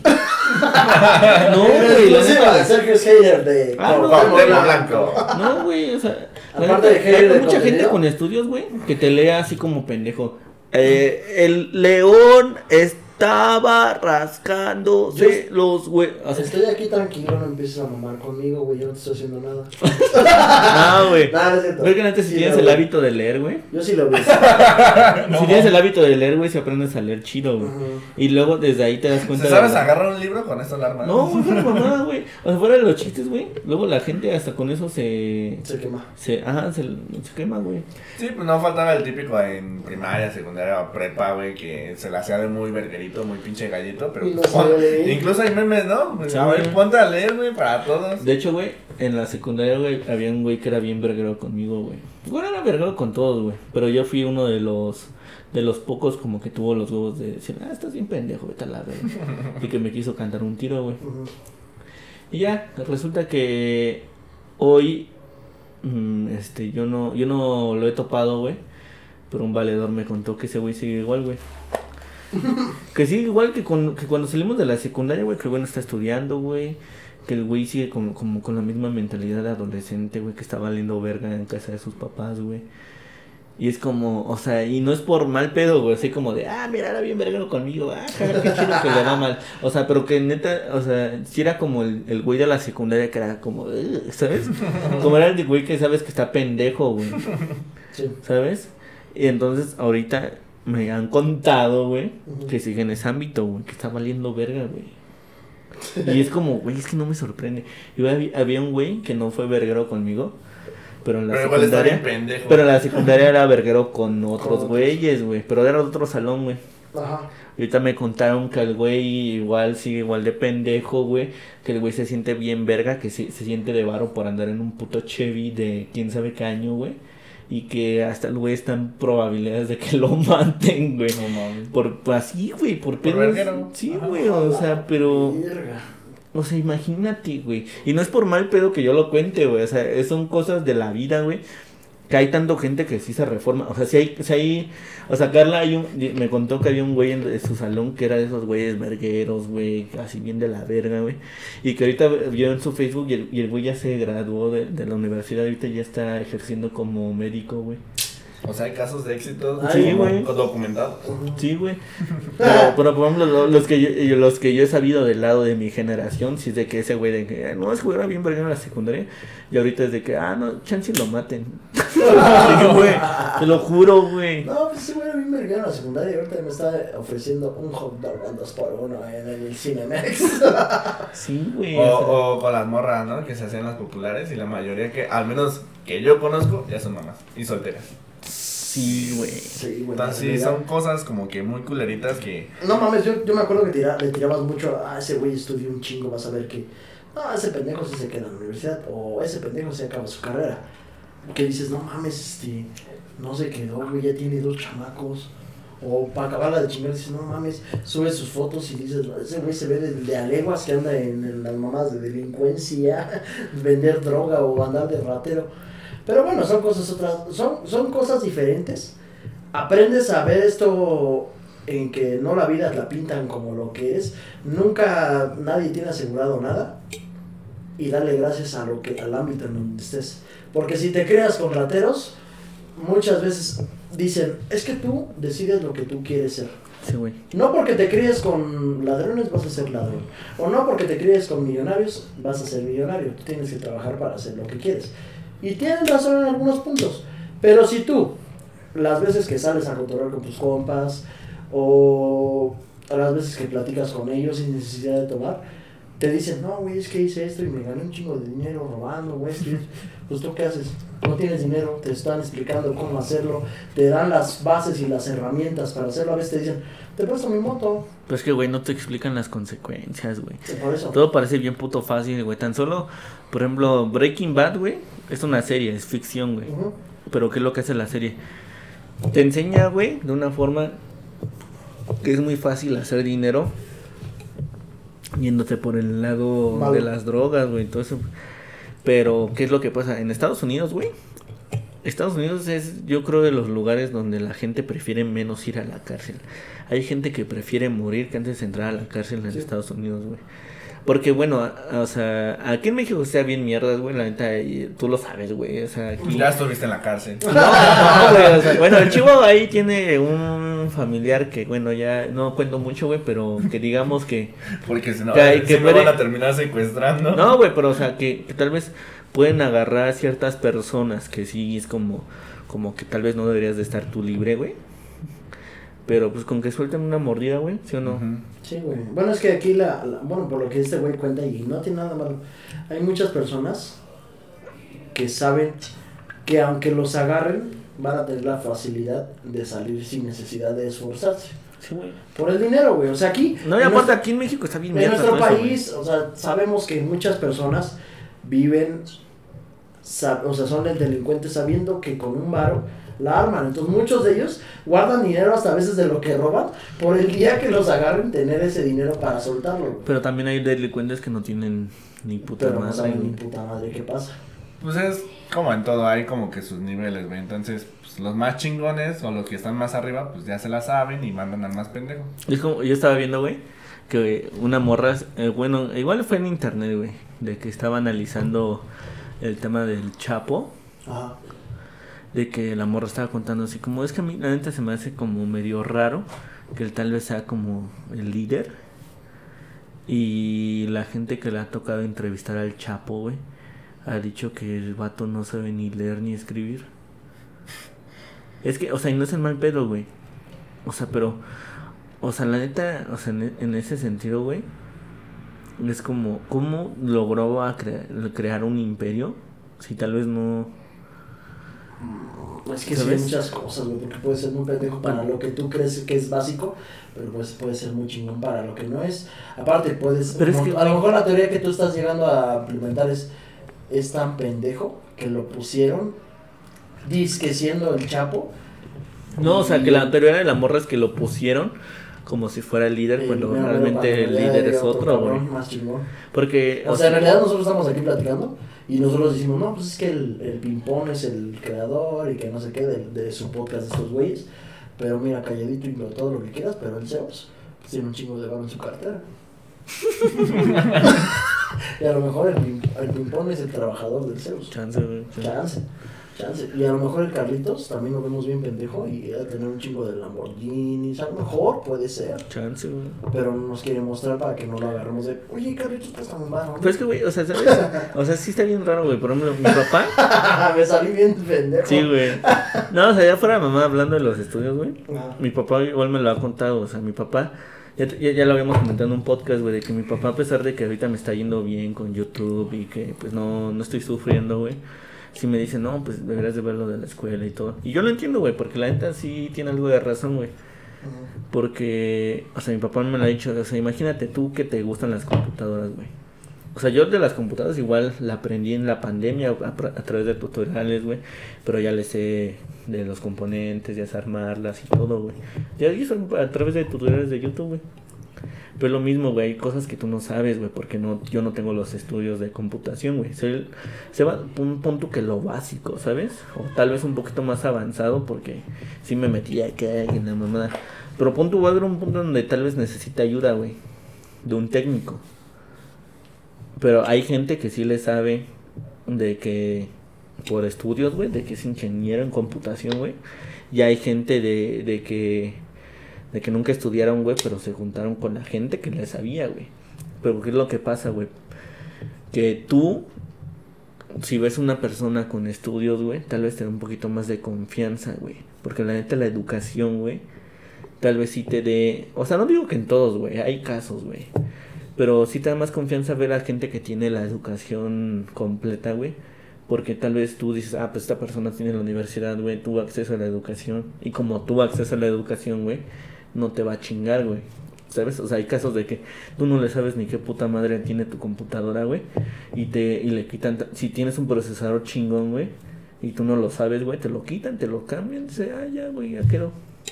S1: No, güey, la
S2: Exclusiva
S1: neta.
S2: de Sergio es hater de
S1: Ah, no,
S3: Cuauhtémoc Blanco.
S1: No, güey, o sea, la
S2: Aparte
S1: neta,
S2: de hater
S1: hay
S2: de
S1: mucha gente
S2: contenido.
S1: con estudios, güey, que te lea así como pendejo. El león estaba rascándose los güey. O sea,
S2: Estoy aquí tranquilo, no empieces a mamar conmigo, güey, yo no te estoy haciendo nada.
S1: no, güey.
S2: Nada, no es cierto.
S1: Creo que antes si
S2: Sí,
S1: tienes
S2: lo
S1: el
S2: vi.
S1: hábito de leer, güey.
S2: Yo sí lo vi.
S1: Si tienes el hábito de leer, güey, si aprendes a leer chido, güey.
S2: Ujú.
S1: Y luego desde ahí te das
S3: ¿Se
S1: cuenta
S3: sabes
S1: de...
S3: agarrar un libro con esta alarma?
S1: No, güey, fuera mamada, güey. O sea, fuera de los chistes, güey. Luego la gente hasta con eso se quema, güey.
S3: Sí, pues no faltaba el típico en primaria, secundaria o prepa, güey, que se la hacía de muy verguerito, muy pinche gallito, pero
S2: Y no
S3: pues,
S2: sabe leer.
S3: incluso hay memes, ¿no? Pues,
S1: Sí,
S3: a ver,
S1: güey.
S3: ponte a leer, güey, para todos.
S1: De hecho, güey, en la secundaria, güey, había un güey que era bien verguero conmigo, güey. Bueno, era verguero con todos, güey. Pero yo fui uno de los pocos como que tuvo los huevos de decir, estás bien pendejo, vete a la verga. Y que me quiso cantar un tiro, güey.
S2: Ujú.
S1: Y ya, resulta que hoy, yo no lo he topado, güey. Pero un valedor me contó que ese güey sigue igual, güey. Que sigue igual que cuando salimos de la secundaria, güey, que el güey no está estudiando, güey. Que el güey sigue como con la misma mentalidad de adolescente, güey, que está valiendo verga en casa de sus papás, güey. Y es como, o sea, y no es por mal pedo, güey, así como de, mira, era bien verguero conmigo, jaja, qué chido que le va mal. O sea, pero que neta, o sea, sí era como el güey de la secundaria que era como, ¿sabes? Como era el güey que sabes que está pendejo, güey,
S2: Sí.
S1: ¿sabes? Y entonces ahorita me han contado, güey,
S2: Ujú.
S1: que sigue en ese ámbito, güey, que está valiendo verga, güey. Y es como, güey, es que no me sorprende. Y había un güey que no fue verguero conmigo, pero en la
S3: Pero igual está bien
S1: secundaria...
S3: pendejo.
S1: Pero en la secundaria era verguero con otros
S2: otros.
S1: güeyes, güey. Pero era de otro salón, güey.
S2: Ajá.
S1: Y ahorita me contaron que el güey igual sigue igual de pendejo, güey. Que el güey se siente bien verga, que se siente de varo por andar en un puto Chevy de quién sabe qué año, güey. Y que hasta el güey está en probabilidades de que lo maten, güey.
S3: No mames.
S1: Por así, güey, por pedos.
S3: verguero.
S1: Sí, güey, o sea, pero...
S2: Verga.
S1: O sea, imagínate, güey. Y no es por mal pedo que yo lo cuente, güey. O sea, son cosas de la vida, güey. Que hay tanto gente que sí se reforma. O sea, si hay... O sea, Carla me contó que había un güey en su salón que era de esos güeyes vergueros, güey. Así bien de la verga, güey. Y que ahorita vio en su Facebook y el güey ya se graduó de la universidad. Ahorita ya está ejerciendo como médico, güey.
S3: O sea, hay casos de éxito
S1: Sí, güey.
S3: documentados.
S1: Sí, güey. Pero, por ejemplo, los que yo he sabido del lado de mi generación, sí es de que ese güey de que, no, ese güey era bien verga en la secundaria. Y ahorita es de que, no, chance lo maten. Sí, güey, te lo juro, güey.
S2: No, pues ese güey era bien verguero en la secundaria y ahorita me está ofreciendo un hot dog en 2x1 en el Cinemex.
S1: Sí, güey.
S3: O con las morras, ¿no? Que se hacían las populares y la mayoría que, al menos que yo conozco, ya son mamás y solteras.
S1: Sí, güey.
S2: Sí, güey.
S3: Entonces sí, son cosas como que muy culeritas que...
S2: No mames, yo me acuerdo que le tirabas mucho a ese güey estudió un chingo, vas a ver que... ese pendejo sí se queda en la universidad, o ese pendejo se acaba su carrera. Que dices, no mames, no se quedó, güey, ya tiene 2 chamacos. O para acabarla de chingar, dices, no mames, sube sus fotos y dices, ese güey se ve de a leguas que anda en las mamadas de delincuencia, vender droga o andar de ratero. Pero bueno, son cosas son cosas diferentes. Aprendes a ver esto en que no la vida la pintan como lo que es. Nunca nadie tiene asegurado nada. Y dale gracias al ámbito en donde estés. Porque si te creas con rateros, muchas veces dicen, es que tú decides lo que tú quieres ser.
S1: Sí, güey.
S2: No porque te críes con ladrones vas a ser ladrón. O no porque te críes con millonarios vas a ser millonario. Tú tienes que trabajar para hacer lo que quieres. Y tienen razón en algunos puntos. Pero si tú, las veces que sales a cotorrear con tus compas, o a las veces que platicas con ellos sin necesidad de tomar, te dicen, no, güey, es que hice esto y me gané un chingo de dinero robando, güey. Pues tú, ¿qué haces? No tienes dinero, te están explicando cómo hacerlo, te dan las bases y las herramientas para hacerlo. A veces te dicen, te presto mi moto.
S1: Pues que, güey, no te explican las consecuencias, güey.
S2: Sí, por eso.
S1: Todo parece bien puto fácil, güey. Tan solo, por ejemplo, Breaking Bad, güey, es una serie, es ficción, güey.
S2: Uh-huh.
S1: Pero ¿qué es lo que hace la serie? Te enseña, güey, de una forma que es muy fácil hacer dinero yéndote por el lado de las drogas, güey, todo eso. Pero, ¿qué es lo que pasa? En Estados Unidos, güey, Estados Unidos es, yo creo, de los lugares donde la gente prefiere menos ir a la cárcel. Hay gente que prefiere morir que antes de entrar a la cárcel en Estados Unidos, güey. Porque, bueno, o sea, aquí en México sea bien mierdas, güey, la neta, y tú lo sabes, güey, o sea, aquí...
S3: Ya estuviste en la cárcel.
S1: No, güey, o sea, bueno, el Chivo ahí tiene un familiar que, bueno, ya no cuento mucho, güey, pero que digamos que...
S3: Porque si no,
S1: que
S3: me van a terminar secuestrando.
S1: No, güey, pero, o sea, que tal vez pueden agarrar ciertas personas que sí es como que tal vez no deberías de estar tú libre, güey. Pero pues con que suelten una mordida, güey, ¿sí o no?
S3: Uh-huh.
S2: Sí, güey. Bueno, es que aquí bueno, por lo que este güey cuenta y no tiene nada malo. Hay muchas personas que saben que aunque los agarren, van a tener la facilidad de salir sin necesidad de esforzarse.
S1: Sí, güey.
S2: Por el dinero, güey. O sea, aquí...
S1: No, y aparte aquí en México está bien
S2: en
S1: mierda
S2: nuestro
S1: todo eso,
S2: país, o sea, sabemos que muchas personas viven, o sea, son delincuentes sabiendo que con un varo la arman. Entonces muchos de ellos guardan dinero hasta a veces de lo que roban por el día que los agarren tener ese dinero para soltarlo, güey.
S1: Pero también hay delincuentes que no tienen ni puta
S2: Pero no
S1: madre,
S2: saben ni
S1: güey.
S2: puta madre qué pasa.
S3: Pues es como en todo, hay como que sus niveles, güey. Entonces, pues, los más chingones o los que están más arriba, pues ya se la saben y mandan al más pendejo.
S1: Es como, yo estaba viendo, güey, que una morra, bueno, igual fue en internet, güey, de que estaba analizando el tema del Chapo.
S2: Ajá.
S1: De que la morra estaba contando así como, es que a mí la neta se me hace como medio raro que él tal vez sea como el líder. Y la gente que le ha tocado entrevistar al Chapo, güey, ha dicho que el vato no sabe ni leer ni escribir. Es que, o sea, y no es el mal pedo, güey. O sea, pero, o sea, la neta, o sea, en ese sentido, güey, es como, ¿cómo logró crear un imperio? Si tal vez no...
S2: Es que sí hay muchas cosas, güey, porque puede ser muy pendejo para lo que tú crees que es básico, pero pues puede ser muy chingón para lo que no es. Aparte puedes,
S1: pero es que,
S2: a lo mejor la teoría que tú estás llegando a implementar es tan pendejo que lo pusieron, dizque siendo el Chapo.
S1: No, o sea, que la teoría de la morra es que lo pusieron como si fuera el líder, cuando realmente el líder es otro, güey.
S2: Más chingón.
S1: Porque...
S2: O sea, en realidad nosotros estamos aquí platicando y nosotros decimos, no, pues es que el Pimpón es el creador y que no sé qué de su podcast de estos güeyes. Pero mira, calladito y todo lo que quieras, pero el Zeus pues, tiene un chingo de barro en su cartera. Y a lo mejor el Pimpón es el trabajador del Zeus.
S1: Chance, güey.
S2: Chance. Chance. Y a lo mejor el Carlitos también lo vemos bien pendejo y va a tener un chingo de Lamborghinis. A lo mejor puede ser.
S1: Chance, güey.
S2: Pero no nos quiere mostrar para que no lo agarremos de. Oye, Carlitos, préstame un barro.
S1: Pero es que, güey, o sea, ¿sabes? O sea, sí está bien raro, güey. Por ejemplo, mi papá.
S2: Me salí bien pendejo.
S1: Sí, güey. No, o sea, ya fuera mamá hablando de los estudios, güey.
S2: Ajá.
S1: Mi papá igual me lo ha contado. O sea, mi papá. Ya lo habíamos comentado en un podcast, güey, de que mi papá, a pesar de que ahorita me está yendo bien con YouTube y que, pues, no estoy sufriendo, güey. Sí me dice, no, pues deberías de ver lo de la escuela y todo. Y yo lo entiendo, güey, porque la neta sí tiene algo de razón, güey. Porque, o sea, mi papá me lo ha dicho, o sea, imagínate tú que te gustan las computadoras, güey. O sea, yo de las computadoras igual la aprendí en la pandemia a través de tutoriales, güey. Pero ya le sé de los componentes, ya sé armarlas y todo, güey. Ya hizo a través de tutoriales de YouTube, güey. Pero lo mismo, güey, hay cosas que tú no sabes, güey, porque yo no tengo los estudios de computación, güey. Se va un punto que lo básico, ¿sabes? O tal vez un poquito más avanzado, porque sí me metí acá en la mamada. Pero punto va a haber un punto donde tal vez necesita ayuda, güey, de un técnico. Pero hay gente que sí le sabe de que por estudios, güey, de que es ingeniero en computación, güey. Y hay gente de que nunca estudiaron, güey, pero se juntaron con la gente que le sabía, güey. Pero ¿qué es lo que pasa, güey? Que tú, si ves una persona con estudios, güey, tal vez te da un poquito más de confianza, güey. Porque la neta la educación, güey, tal vez sí te dé... O sea, no digo que en todos, güey, hay casos, güey. Pero sí te da más confianza ver a gente que tiene la educación completa, güey. Porque tal vez tú dices, pues esta persona tiene la universidad, güey, tuvo acceso a la educación. Y como tuvo acceso a la educación, güey, no te va a chingar, güey. ¿Sabes? O sea, hay casos de que tú no le sabes ni qué puta madre tiene tu computadora, güey. Y le quitan, si tienes un procesador chingón, güey, y tú no lo sabes, güey, te lo quitan, te lo cambian, dice, ya, güey, ya quedó.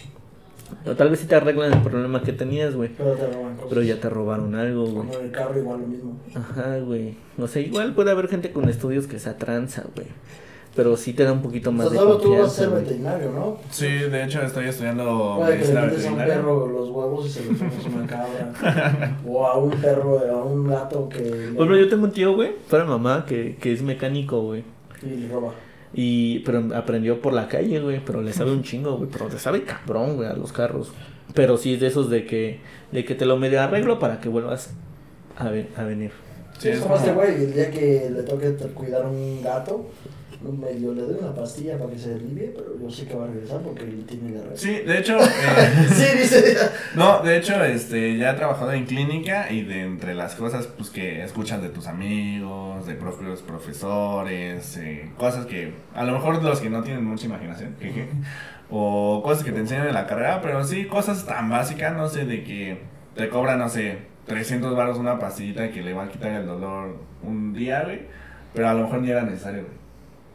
S1: O tal vez sí te arreglan el problema que tenías, güey.
S2: Pero te roban cosas.
S1: Pero ya te robaron algo, güey.
S2: Como en el carro igual lo mismo.
S1: Ajá, güey. O sea, igual puede haber gente con estudios que se atranza, güey. Pero sí te da un poquito más de
S2: Solo tú vas a
S1: confianza,
S2: ser
S1: güey.
S2: veterinario, ¿no?
S3: Sí, de hecho estoy estudiando
S2: Puede que le
S3: medicina
S2: metes a un
S3: veterinaria.
S2: perro los huevos y se lo pones a una cabra. O a un perro, a un gato que...
S1: Por ejemplo, yo tengo un tío, güey, para mamá, que es mecánico, güey.
S2: Y le roba.
S1: Pero aprendió por la calle, güey. Pero le sabe un chingo, güey. Pero le sabe cabrón, güey, a los carros. Pero sí es de esos de que te lo medio arreglo para que vuelvas a venir.
S2: Sí, es como este güey, el día que le toque cuidar un gato, medio le doy una pastilla para que se alivie, pero yo sé que va a regresar porque él tiene la red.
S3: Sí, de hecho,
S2: Sí, dice.
S3: no, de hecho, ya he trabajado en clínica y de entre las cosas, pues, que escuchas de tus amigos, de propios profesores, cosas que, a lo mejor los que no tienen mucha imaginación, jeje, o cosas que te enseñan en la carrera, pero sí, cosas tan básicas, no sé, de que te cobran, no sé, 300 baros una pastillita que le va a quitar el dolor un día, güey, pero a lo mejor ni era necesario, güey.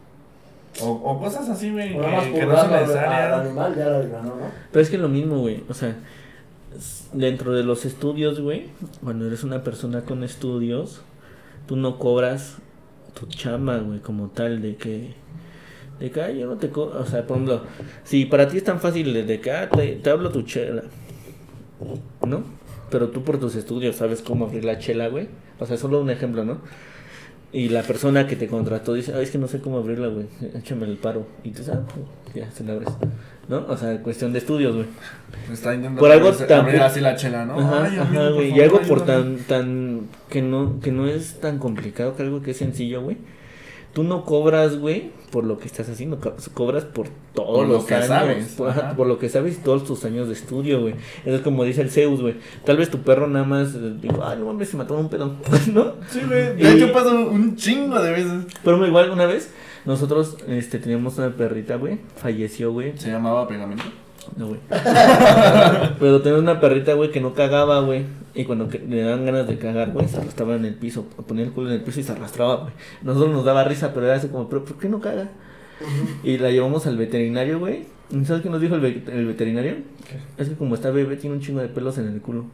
S3: O cosas así, güey,
S2: Nada más
S3: que no son
S2: purgarlo al
S3: necesarias.
S2: animal ya la ganó, ¿no?
S1: Pero es que es lo mismo, güey. O sea, dentro de los estudios, güey, cuando eres una persona con estudios, tú no cobras tu chamba, güey, como tal, de que yo no te cobro. O sea, por ejemplo, si para ti es tan fácil de que te hablo tu chela, ¿no? Pero tú por tus estudios sabes cómo abrir la chela, güey. O sea, solo un ejemplo, ¿no? Y la persona que te contrató dice, es que no sé cómo abrirla, güey, échame el paro. Y tú sabes, ya se la abres, ¿no? O sea, cuestión de estudios, güey.
S3: Está intentando
S1: Por algo
S3: abrir así la chela, ¿no?
S1: Ajá,
S3: Ay, amigo,
S1: ajá, güey.
S3: por
S1: Y algo
S3: favor,
S1: por
S3: ayúdame.
S1: que no es tan complicado, que algo que es sencillo, güey. Tú no cobras, güey, por lo que estás haciendo, cobras por todos
S3: Por lo
S1: los
S3: que
S1: años,
S3: sabes,
S1: por,
S3: ajá.
S1: por lo que sabes y todos tus años de estudio, güey. Eso es como dice el Zeus, güey. Tal vez tu perro nada más digo, no mames, se mató un pedo, ¿no?
S3: Sí, güey.
S1: Y-
S3: De hecho, pasa un chingo de veces.
S1: Pero igual una vez nosotros teníamos una perrita, güey, falleció, güey.
S3: Se llamaba pegamento.
S1: No, güey. Pero tenía una perrita, güey, que no cagaba, güey. Y cuando le daban ganas de cagar, güey, se arrastraba en el piso. Ponía el culo en el piso y se arrastraba, güey. Nosotros nos daba risa, pero era así como, ¿pero por qué no caga? Y la llevamos al veterinario, güey. ¿Y sabes qué nos dijo el veterinario?
S2: ¿Qué?
S1: Es que como está bebé, tiene un chingo de pelos en el culo.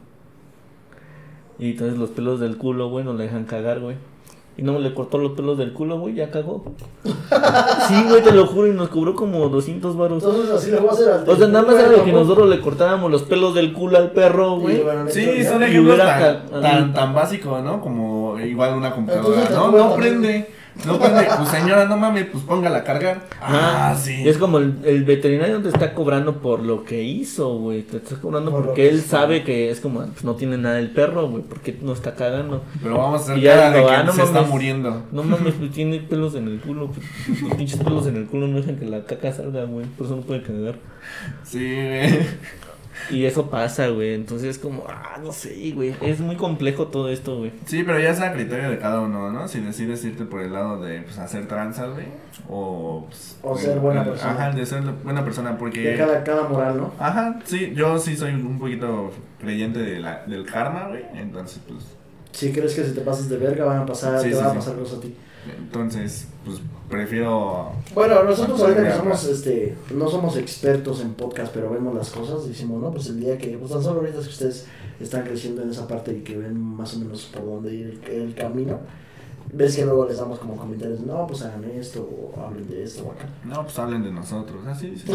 S1: Y entonces los pelos del culo, güey, no la dejan cagar, güey. Y no le cortó los pelos del culo, güey, ya cagó. Sí, güey, te lo juro, y nos cobró como 200 varos.
S2: Entonces así le voy a hacer al
S1: O sea, nada más era de que
S2: ¿no?
S1: nosotros le cortáramos los pelos del culo al perro, güey.
S2: Y bueno, le
S3: Sí,
S2: echó
S3: son
S2: ya.
S3: ejemplos
S1: hubiera
S3: tan
S1: ca-
S3: tan básicos, ¿no? Como igual una computadora.
S2: Entonces,
S3: No
S2: bueno,
S3: prende. No, pues, pues señora, no mames, pues póngala a cargar.
S1: Ajá.
S3: Sí.
S1: Y es como el veterinario te está cobrando por lo que hizo, güey. Te está cobrando
S2: Por lo
S1: porque
S2: que
S1: él
S2: hizo.
S1: sabe que es como, pues no tiene nada el perro, güey. Porque no está cagando.
S3: Pero vamos a hacer
S1: Y ya
S3: cara de
S1: digo,
S3: que
S1: no
S3: se está
S1: mames.
S3: muriendo.
S1: No mames, pues tiene pelos en el culo. Pues, los pinches pelos en el culo no dejan que la caca salga, güey. Por eso no puede cagar.
S3: Sí, güey.
S1: Y eso pasa, güey. Entonces es como, no sé, güey. Es muy complejo todo esto, güey.
S3: Sí, pero ya es a criterio de cada uno, ¿no? Si decides irte por el lado de, pues, hacer tranzas, güey. O, pues,
S2: O ser buena persona.
S3: Ajá, de ser buena persona, porque...
S2: De cada moral, ¿no?
S3: Ajá, sí, yo sí soy un poquito creyente del karma, güey. Entonces, pues...
S2: Si crees que si te pasas de verga van a pasar,
S3: Sí,
S2: te
S3: sí,
S2: van a
S3: sí.
S2: pasar cosas a ti.
S3: Entonces, pues, prefiero...
S2: Bueno, nosotros ahorita que
S3: Bueno,
S2: somos, no somos expertos en podcast, pero vemos las cosas, decimos, no, pues el día que, pues tan solo ahorita es que ustedes están creciendo en esa parte y que ven más o menos por dónde ir el camino, ves que luego les damos como comentarios, no, pues hagan esto, o hablen de esto, o acá.
S3: No, pues hablen de nosotros, así. Sí.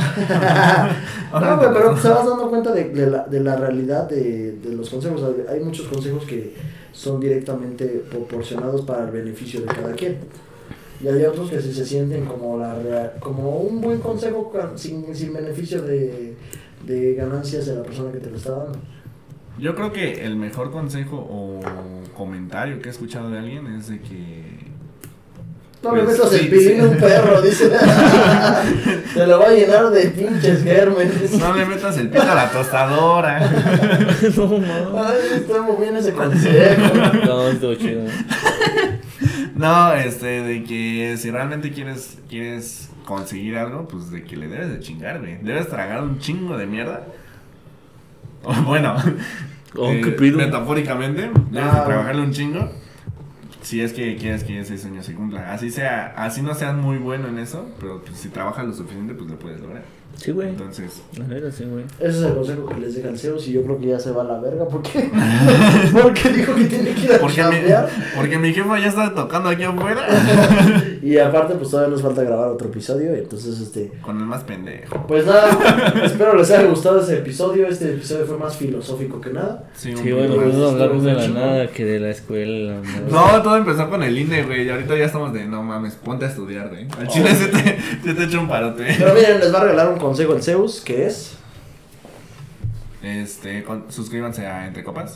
S2: No, güey, pero te vas dando cuenta de la realidad de los consejos. Hay muchos consejos que son directamente proporcionados para el beneficio de cada quien. Y hay otros que sí se sienten como como un buen consejo sin beneficio de ganancias de la persona que te lo está dando.
S3: Yo creo que el mejor consejo o comentario que he escuchado de alguien es de que...
S2: No le
S3: Pues,
S2: metas
S3: sí,
S2: el pilín a
S3: sí.
S2: un perro, dice. Te lo va a llenar de pinches gérmenes.
S3: No le metas el pito a la tostadora.
S1: No, mames.
S2: Ay, está muy bien ese consejo.
S1: No, estuvo chido.
S3: No, de que si realmente quieres conseguir algo, pues de que le debes de chingar, güey. Debes tragar un chingo de mierda. O, bueno,
S1: ¿Qué pido?
S3: metafóricamente, debes de trabajarle un chingo. Si es que quieres que ese sueño se cumpla. Así no seas muy bueno en eso, pero pues, si trabajas lo suficiente, pues lo puedes lograr.
S1: Sí, güey.
S3: Entonces,
S1: La neta, sí, güey.
S2: Ese es el consejo que les deja el Zeus y yo creo que ya se va a la verga porque porque dijo que tiene que ir a chambear.
S3: porque mi jefa ya está tocando aquí afuera.
S2: Y aparte pues todavía nos falta grabar otro episodio, entonces
S3: Con el más pendejo.
S2: pues nada, espero les haya gustado ese episodio. Este episodio fue más filosófico que nada.
S3: Sí,
S1: Sí,
S3: un
S1: bueno,
S3: poquito
S1: pues
S3: más.
S1: no hablar de la
S2: mucho.
S1: nada que de la escuela.
S3: No, todo empezó con el INE, güey. Y ahorita ya estamos de, no mames, ponte a estudiar, güey. Al chile se te echa un parote.
S2: Pero miren, les va a regalar un consejo el Zeus, que es
S3: Suscríbanse a Entre Copas.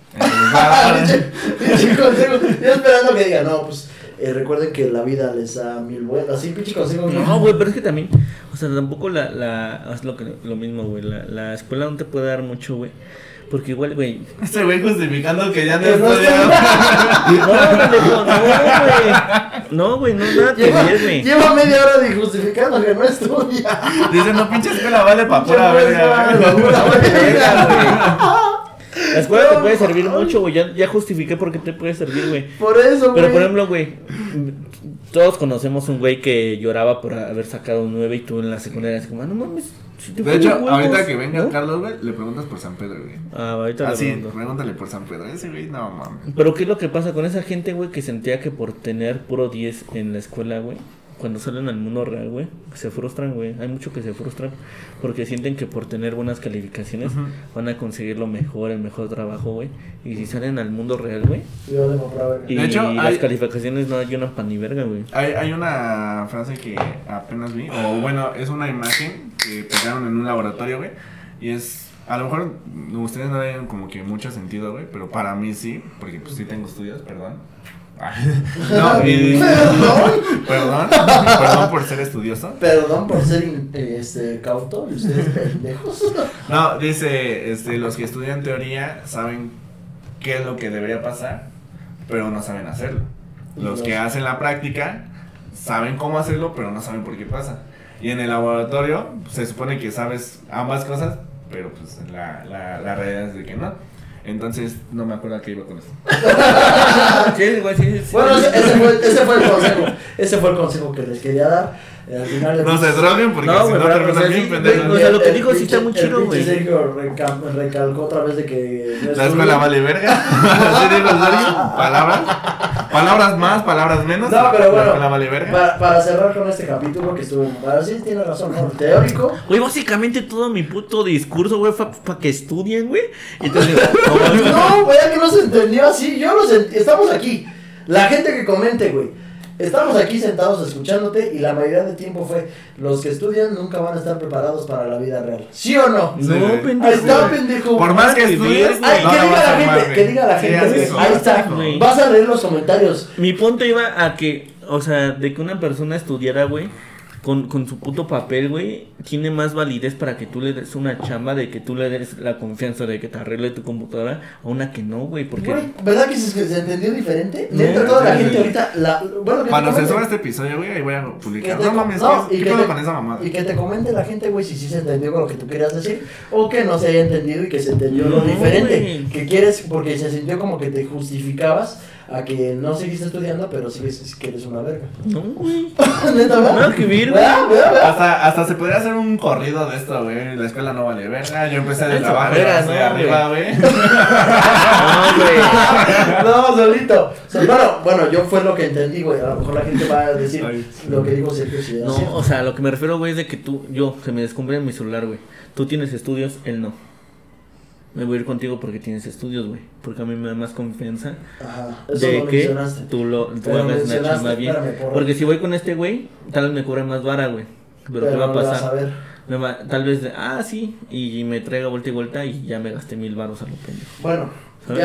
S2: pinche consejo. Yo esperando que diga, no, pues recuerden que la vida les da mil vueltas. Así, pinche consejo.
S1: No, güey, pero es que también, o sea, tampoco es lo mismo, güey. La escuela no te puede dar mucho, güey. Porque igual, güey.
S3: Este güey justificando que ya no
S2: Que no
S3: estudia.
S1: No, güey, no, nada que ver, güey.
S2: Lleva media hora de justificando que no estudia.
S3: Dice, no, pinche escuela vale pa' pura verga.
S1: Verga, güey. La escuela te puede servir mucho, güey. Ya justifiqué por qué te puede servir, güey.
S2: Por eso, güey.
S1: Pero por ejemplo, güey, todos conocemos un güey que lloraba por haber sacado un 9 y tú en la secundaria así como, no mames. Si te
S3: De
S1: fue
S3: hecho,
S1: huevos",
S3: ahorita que venga
S1: ¿no?
S3: Carlos, güey, le preguntas por San Pedro, güey.
S1: Ahorita le
S3: Así,
S1: pregunto.
S3: pregúntale por San Pedro. Ese güey, no mames.
S1: Pero ¿qué es lo que pasa con esa gente, güey, que sentía que por tener puro 10 en la escuela, güey, cuando salen al mundo real, güey, se frustran, güey? Hay muchos que se frustran porque sienten que por tener buenas calificaciones van a conseguir lo mejor, el mejor trabajo, güey. Y si salen al mundo real, güey,
S2: Yo debo para ver.
S1: y
S3: De hecho,
S1: las
S3: hay-
S1: calificaciones no ayudan pa' ni verga, güey.
S3: Hay una frase que apenas vi, o bueno, es una imagen que pegaron en un laboratorio, güey, y es, a lo mejor ustedes no le dan como que mucho sentido, güey, pero para mí sí, porque pues sí tengo estudios, perdón. No, perdón por ser estudioso.
S2: Perdón por ser cauto y ustedes pendejos.
S3: No, dice, los que estudian teoría saben qué es lo que debería pasar, pero no saben hacerlo. Los que hacen la práctica saben cómo hacerlo, pero no saben por qué pasa. Y en el laboratorio se supone que sabes ambas cosas, pero pues la realidad es de que no. Entonces no me acuerdo a qué iba con esto.
S1: Sí, güey, sí.
S2: Bueno, ese fue el consejo. Ese fue el consejo que les quería dar. Al final
S3: No se droguen porque
S1: No,
S3: si
S1: güey,
S3: no
S1: pero,
S3: terminan
S1: o sea,
S3: bien
S1: sí,
S3: pendejos.
S1: güey, o sea, lo que dijo sí está muy chido, güey.
S2: El pinche Sergio recalcó otra vez de que no
S3: La escuela vale verga. Así dijo el Sergio. Palabras más, palabras menos.
S2: No, pero
S3: La
S2: bueno,
S3: escuela vale verga.
S2: para cerrar con este capítulo que estuvo, ahora sí tiene razón, ¿no? Teórico.
S1: Güey, básicamente todo mi puto discurso, güey, fue para que estudien, güey. Y entonces,
S2: No, güey, que no se entendió así. Estamos aquí. La gente que comente, güey. Estamos aquí sentados escuchándote y la mayoría del tiempo fue, los que estudian nunca van a estar preparados para la vida real. ¿Sí o no?
S3: Sí.
S1: No, pendejo.
S2: Ahí está, pendejo.
S3: Por más que estudies,
S2: Ay,
S3: no
S2: que
S3: la
S2: diga
S3: vas a
S2: la
S3: armar,
S2: gente,
S3: güey.
S2: que diga la gente,
S3: Sí,
S2: güey.
S3: eso.
S2: Ahí está,
S1: güey.
S2: vas a leer los comentarios.
S1: Mi punto iba a que, o sea, de que una persona estudiara, güey, con su puto papel, güey, tiene más validez para que tú le des una chamba, de que tú le des la confianza de que te arregle tu computadora, a una que no, güey, porque...
S2: Güey, ¿verdad que se entendió diferente?
S1: No,
S2: Neta, toda la
S3: sí.
S2: gente ahorita, bueno, que
S3: Cuando
S2: te
S3: se
S2: comente.
S3: suba este episodio, güey, ahí voy a publicar.
S2: Que te-
S3: No mames,
S2: no,
S3: ¿qué
S2: y que
S3: pedo
S2: te-
S3: con esa mamada?
S2: Y que te comente la gente, güey, si sí se entendió con lo que tú querías decir o que no se haya entendido y que se entendió lo
S1: No,
S2: diferente.
S1: güey.
S2: Que quieres, porque se sintió como que te justificabas a que no seguiste estudiando, pero sigues que eres una verga.
S1: No, güey.
S2: ¿Neta, verdad?
S1: Nada que ver, güey.
S3: Hasta se podría hacer un corrido de esto, güey. La escuela no vale verga. Yo empecé desde
S1: Eso,
S3: abajo,
S1: verga,
S3: estoy
S1: no,
S3: arriba, güey.
S1: No, güey.
S2: No, solito. Bueno, yo fue lo que entendí, güey. A lo mejor la gente va a decir
S3: Ay,
S2: lo que dijo Sergio. Si era cierto.
S1: No, o sea, lo que me refiero, güey, es de que se me descompré en mi celular, güey. Tú tienes estudios, él no. Me voy a ir contigo porque tienes estudios, güey. Porque a mí me da más confianza
S2: Ajá, eso
S1: de
S2: lo
S1: que
S2: mencionaste.
S1: tú
S2: Pero
S1: hagas una
S2: mencionaste,
S1: chamba bien.
S2: espérame, por-
S1: Porque si voy con este güey, tal vez me cobre más vara, güey. Pero ¿qué va a
S2: no le vas a
S1: pasar?
S2: ver.
S1: Tal vez, sí, y me traiga vuelta y vuelta y ya me gasté 1000 varos a lo pendejo.
S2: Bueno,
S1: ¿Sabes?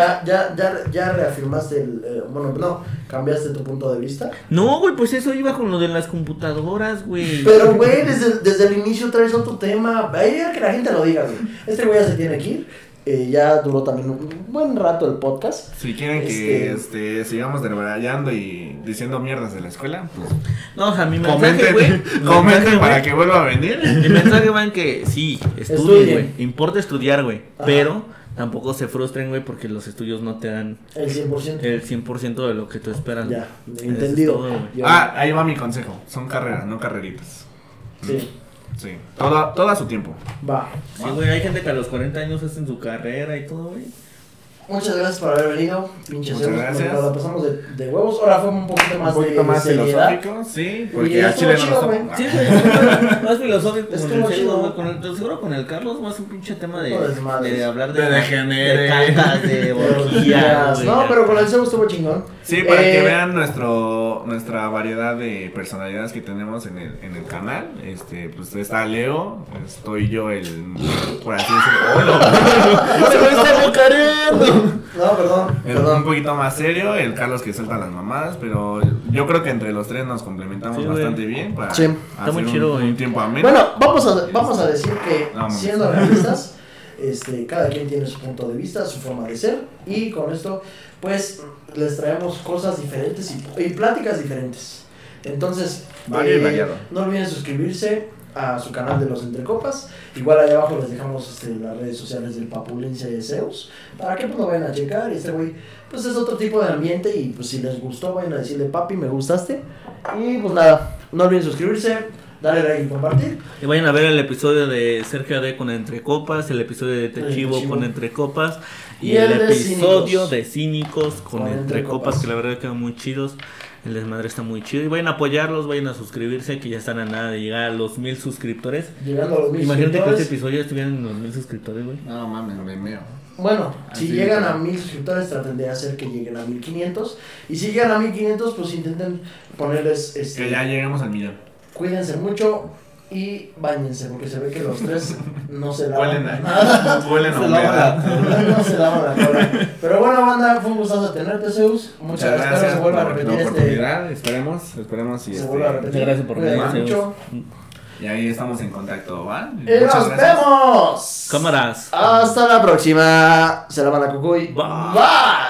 S2: ya reafirmaste bueno, no, cambiaste tu punto de vista.
S1: No, güey, pues eso iba con lo de las computadoras, güey.
S2: Pero, güey, desde el inicio traes otro tema. Ahí que la gente lo diga, güey. Este güey ya se tiene que ir. Ya duró también un buen rato el podcast.
S3: Si quieren que sigamos debrayando y diciendo mierdas de la escuela, pues
S1: No, o sea, mi mensaje, güey.
S3: comenten, comenten para que vuelva a venir.
S1: Mi mensaje va en que sí, estudien,
S2: Estudien.
S1: güey. Importa estudiar, güey.
S2: Ajá.
S1: Pero tampoco se frustren, güey, porque los estudios no te dan
S2: El 100%.
S1: el 100% de lo que tú esperas.
S2: Ya,
S1: güey.
S2: entendido.
S1: Eso es todo, güey.
S2: Yo-
S3: Ahí va mi consejo. Son carreras, no carreritas.
S2: Sí,
S3: Sí. Todo a su tiempo.
S2: va.
S1: Sí, güey, hay gente que a los 40 años hacen su carrera y todo, güey.
S2: Muchas gracias por haber venido. Pinches
S3: Muchas gracias.
S2: Nos la pasamos de huevos. Ahora fue un poquito más,
S3: Un poquito
S2: de
S3: más
S2: seriedad.
S3: filosófico, sí,
S2: Y
S3: porque a
S2: estuvo
S3: Chile no
S2: chido,
S3: nos
S2: güey.
S3: toca.
S1: Sí, güey, más filosófico con
S2: Estuvo
S1: el
S2: chido.
S1: Cedo, güey, seguro con el Carlos, más un pinche tema de,
S2: Todo desmadre.
S1: de hablar
S3: De degenere.
S1: de cacas, de orgías, güey.
S2: No, pero con el Cebo estuvo chingón.
S3: Sí, para que vean nuestra variedad de personalidades que tenemos en el canal. Pues está Leo, estoy yo por así decirlo.
S1: ¡Se me está bocareando!
S2: No, perdón.
S3: Un poquito más serio, el Carlos que suelta las mamadas, pero yo creo que entre los tres nos complementamos
S1: Sí, güey.
S3: bastante bien para
S2: Sí.
S1: Está muy
S3: hacer
S1: chido, güey.
S3: un tiempo ameno.
S2: Bueno, vamos a decir que
S3: No, mames.
S2: siendo realistas, cada quien tiene su punto de vista, su forma de ser, y con esto, pues, les traemos cosas diferentes y pláticas diferentes. Entonces,
S3: Vario y variado.
S2: no olviden suscribirse a su canal de Los Entrecopas. Igual ahí abajo les dejamos las redes sociales del Papulencia y de Zeus, para que pues lo vayan a checar. Y este güey, pues es otro tipo de ambiente, y pues si les gustó, vayan a decirle: papi, me gustaste. Y pues nada, no olviden suscribirse, darle like y compartir.
S1: Y vayan a ver el episodio de Sergio AD con Entre Copas, el episodio de Techivo
S2: Techivo.
S1: con Entre Copas y
S2: Y
S1: el
S2: el de
S1: episodio
S2: Cínicos.
S1: de Cínicos con Entre Copas, que la verdad quedan muy chidos. El desmadre está muy chido. Y vayan a apoyarlos, vayan a suscribirse, que ya están a nada de llegar a los 1000 suscriptores.
S2: Llegando a los 1000
S1: Imagínate que
S2: suscriptores.
S1: este episodio estuvieran en los 1000 suscriptores, güey.
S3: No mames, me meo.
S2: Bueno,
S3: Así
S2: si llegan
S3: literal.
S2: a 1000 suscriptores, traten de hacer que lleguen a 1500. Y si llegan a 1500, pues intenten ponerles
S3: Que ya lleguemos al millón.
S2: cuídense mucho y bañense, porque se ve que los tres no se
S3: Huelen
S2: lavan
S3: a-
S2: nada.
S3: huelen a
S2: Se lavan
S3: humedad.
S2: no se lavan la cola. Pero bueno, banda, fue un gustazo tenerte, Zeus.
S3: Muchas
S2: Espero
S3: gracias
S2: se vuelva a
S3: por la
S2: repetir
S3: oportunidad. Esperemos y
S2: Se vuelva a repetir.
S1: Muchas gracias por
S2: Cuídate
S1: venir,
S2: mucho.
S3: y ahí estamos en contacto, ¿va?
S2: Y
S3: Muchas
S2: nos
S3: gracias.
S2: vemos.
S1: Cámaras.
S2: Hasta la próxima. Se la van a cucuy.
S1: Bye.
S2: Bye.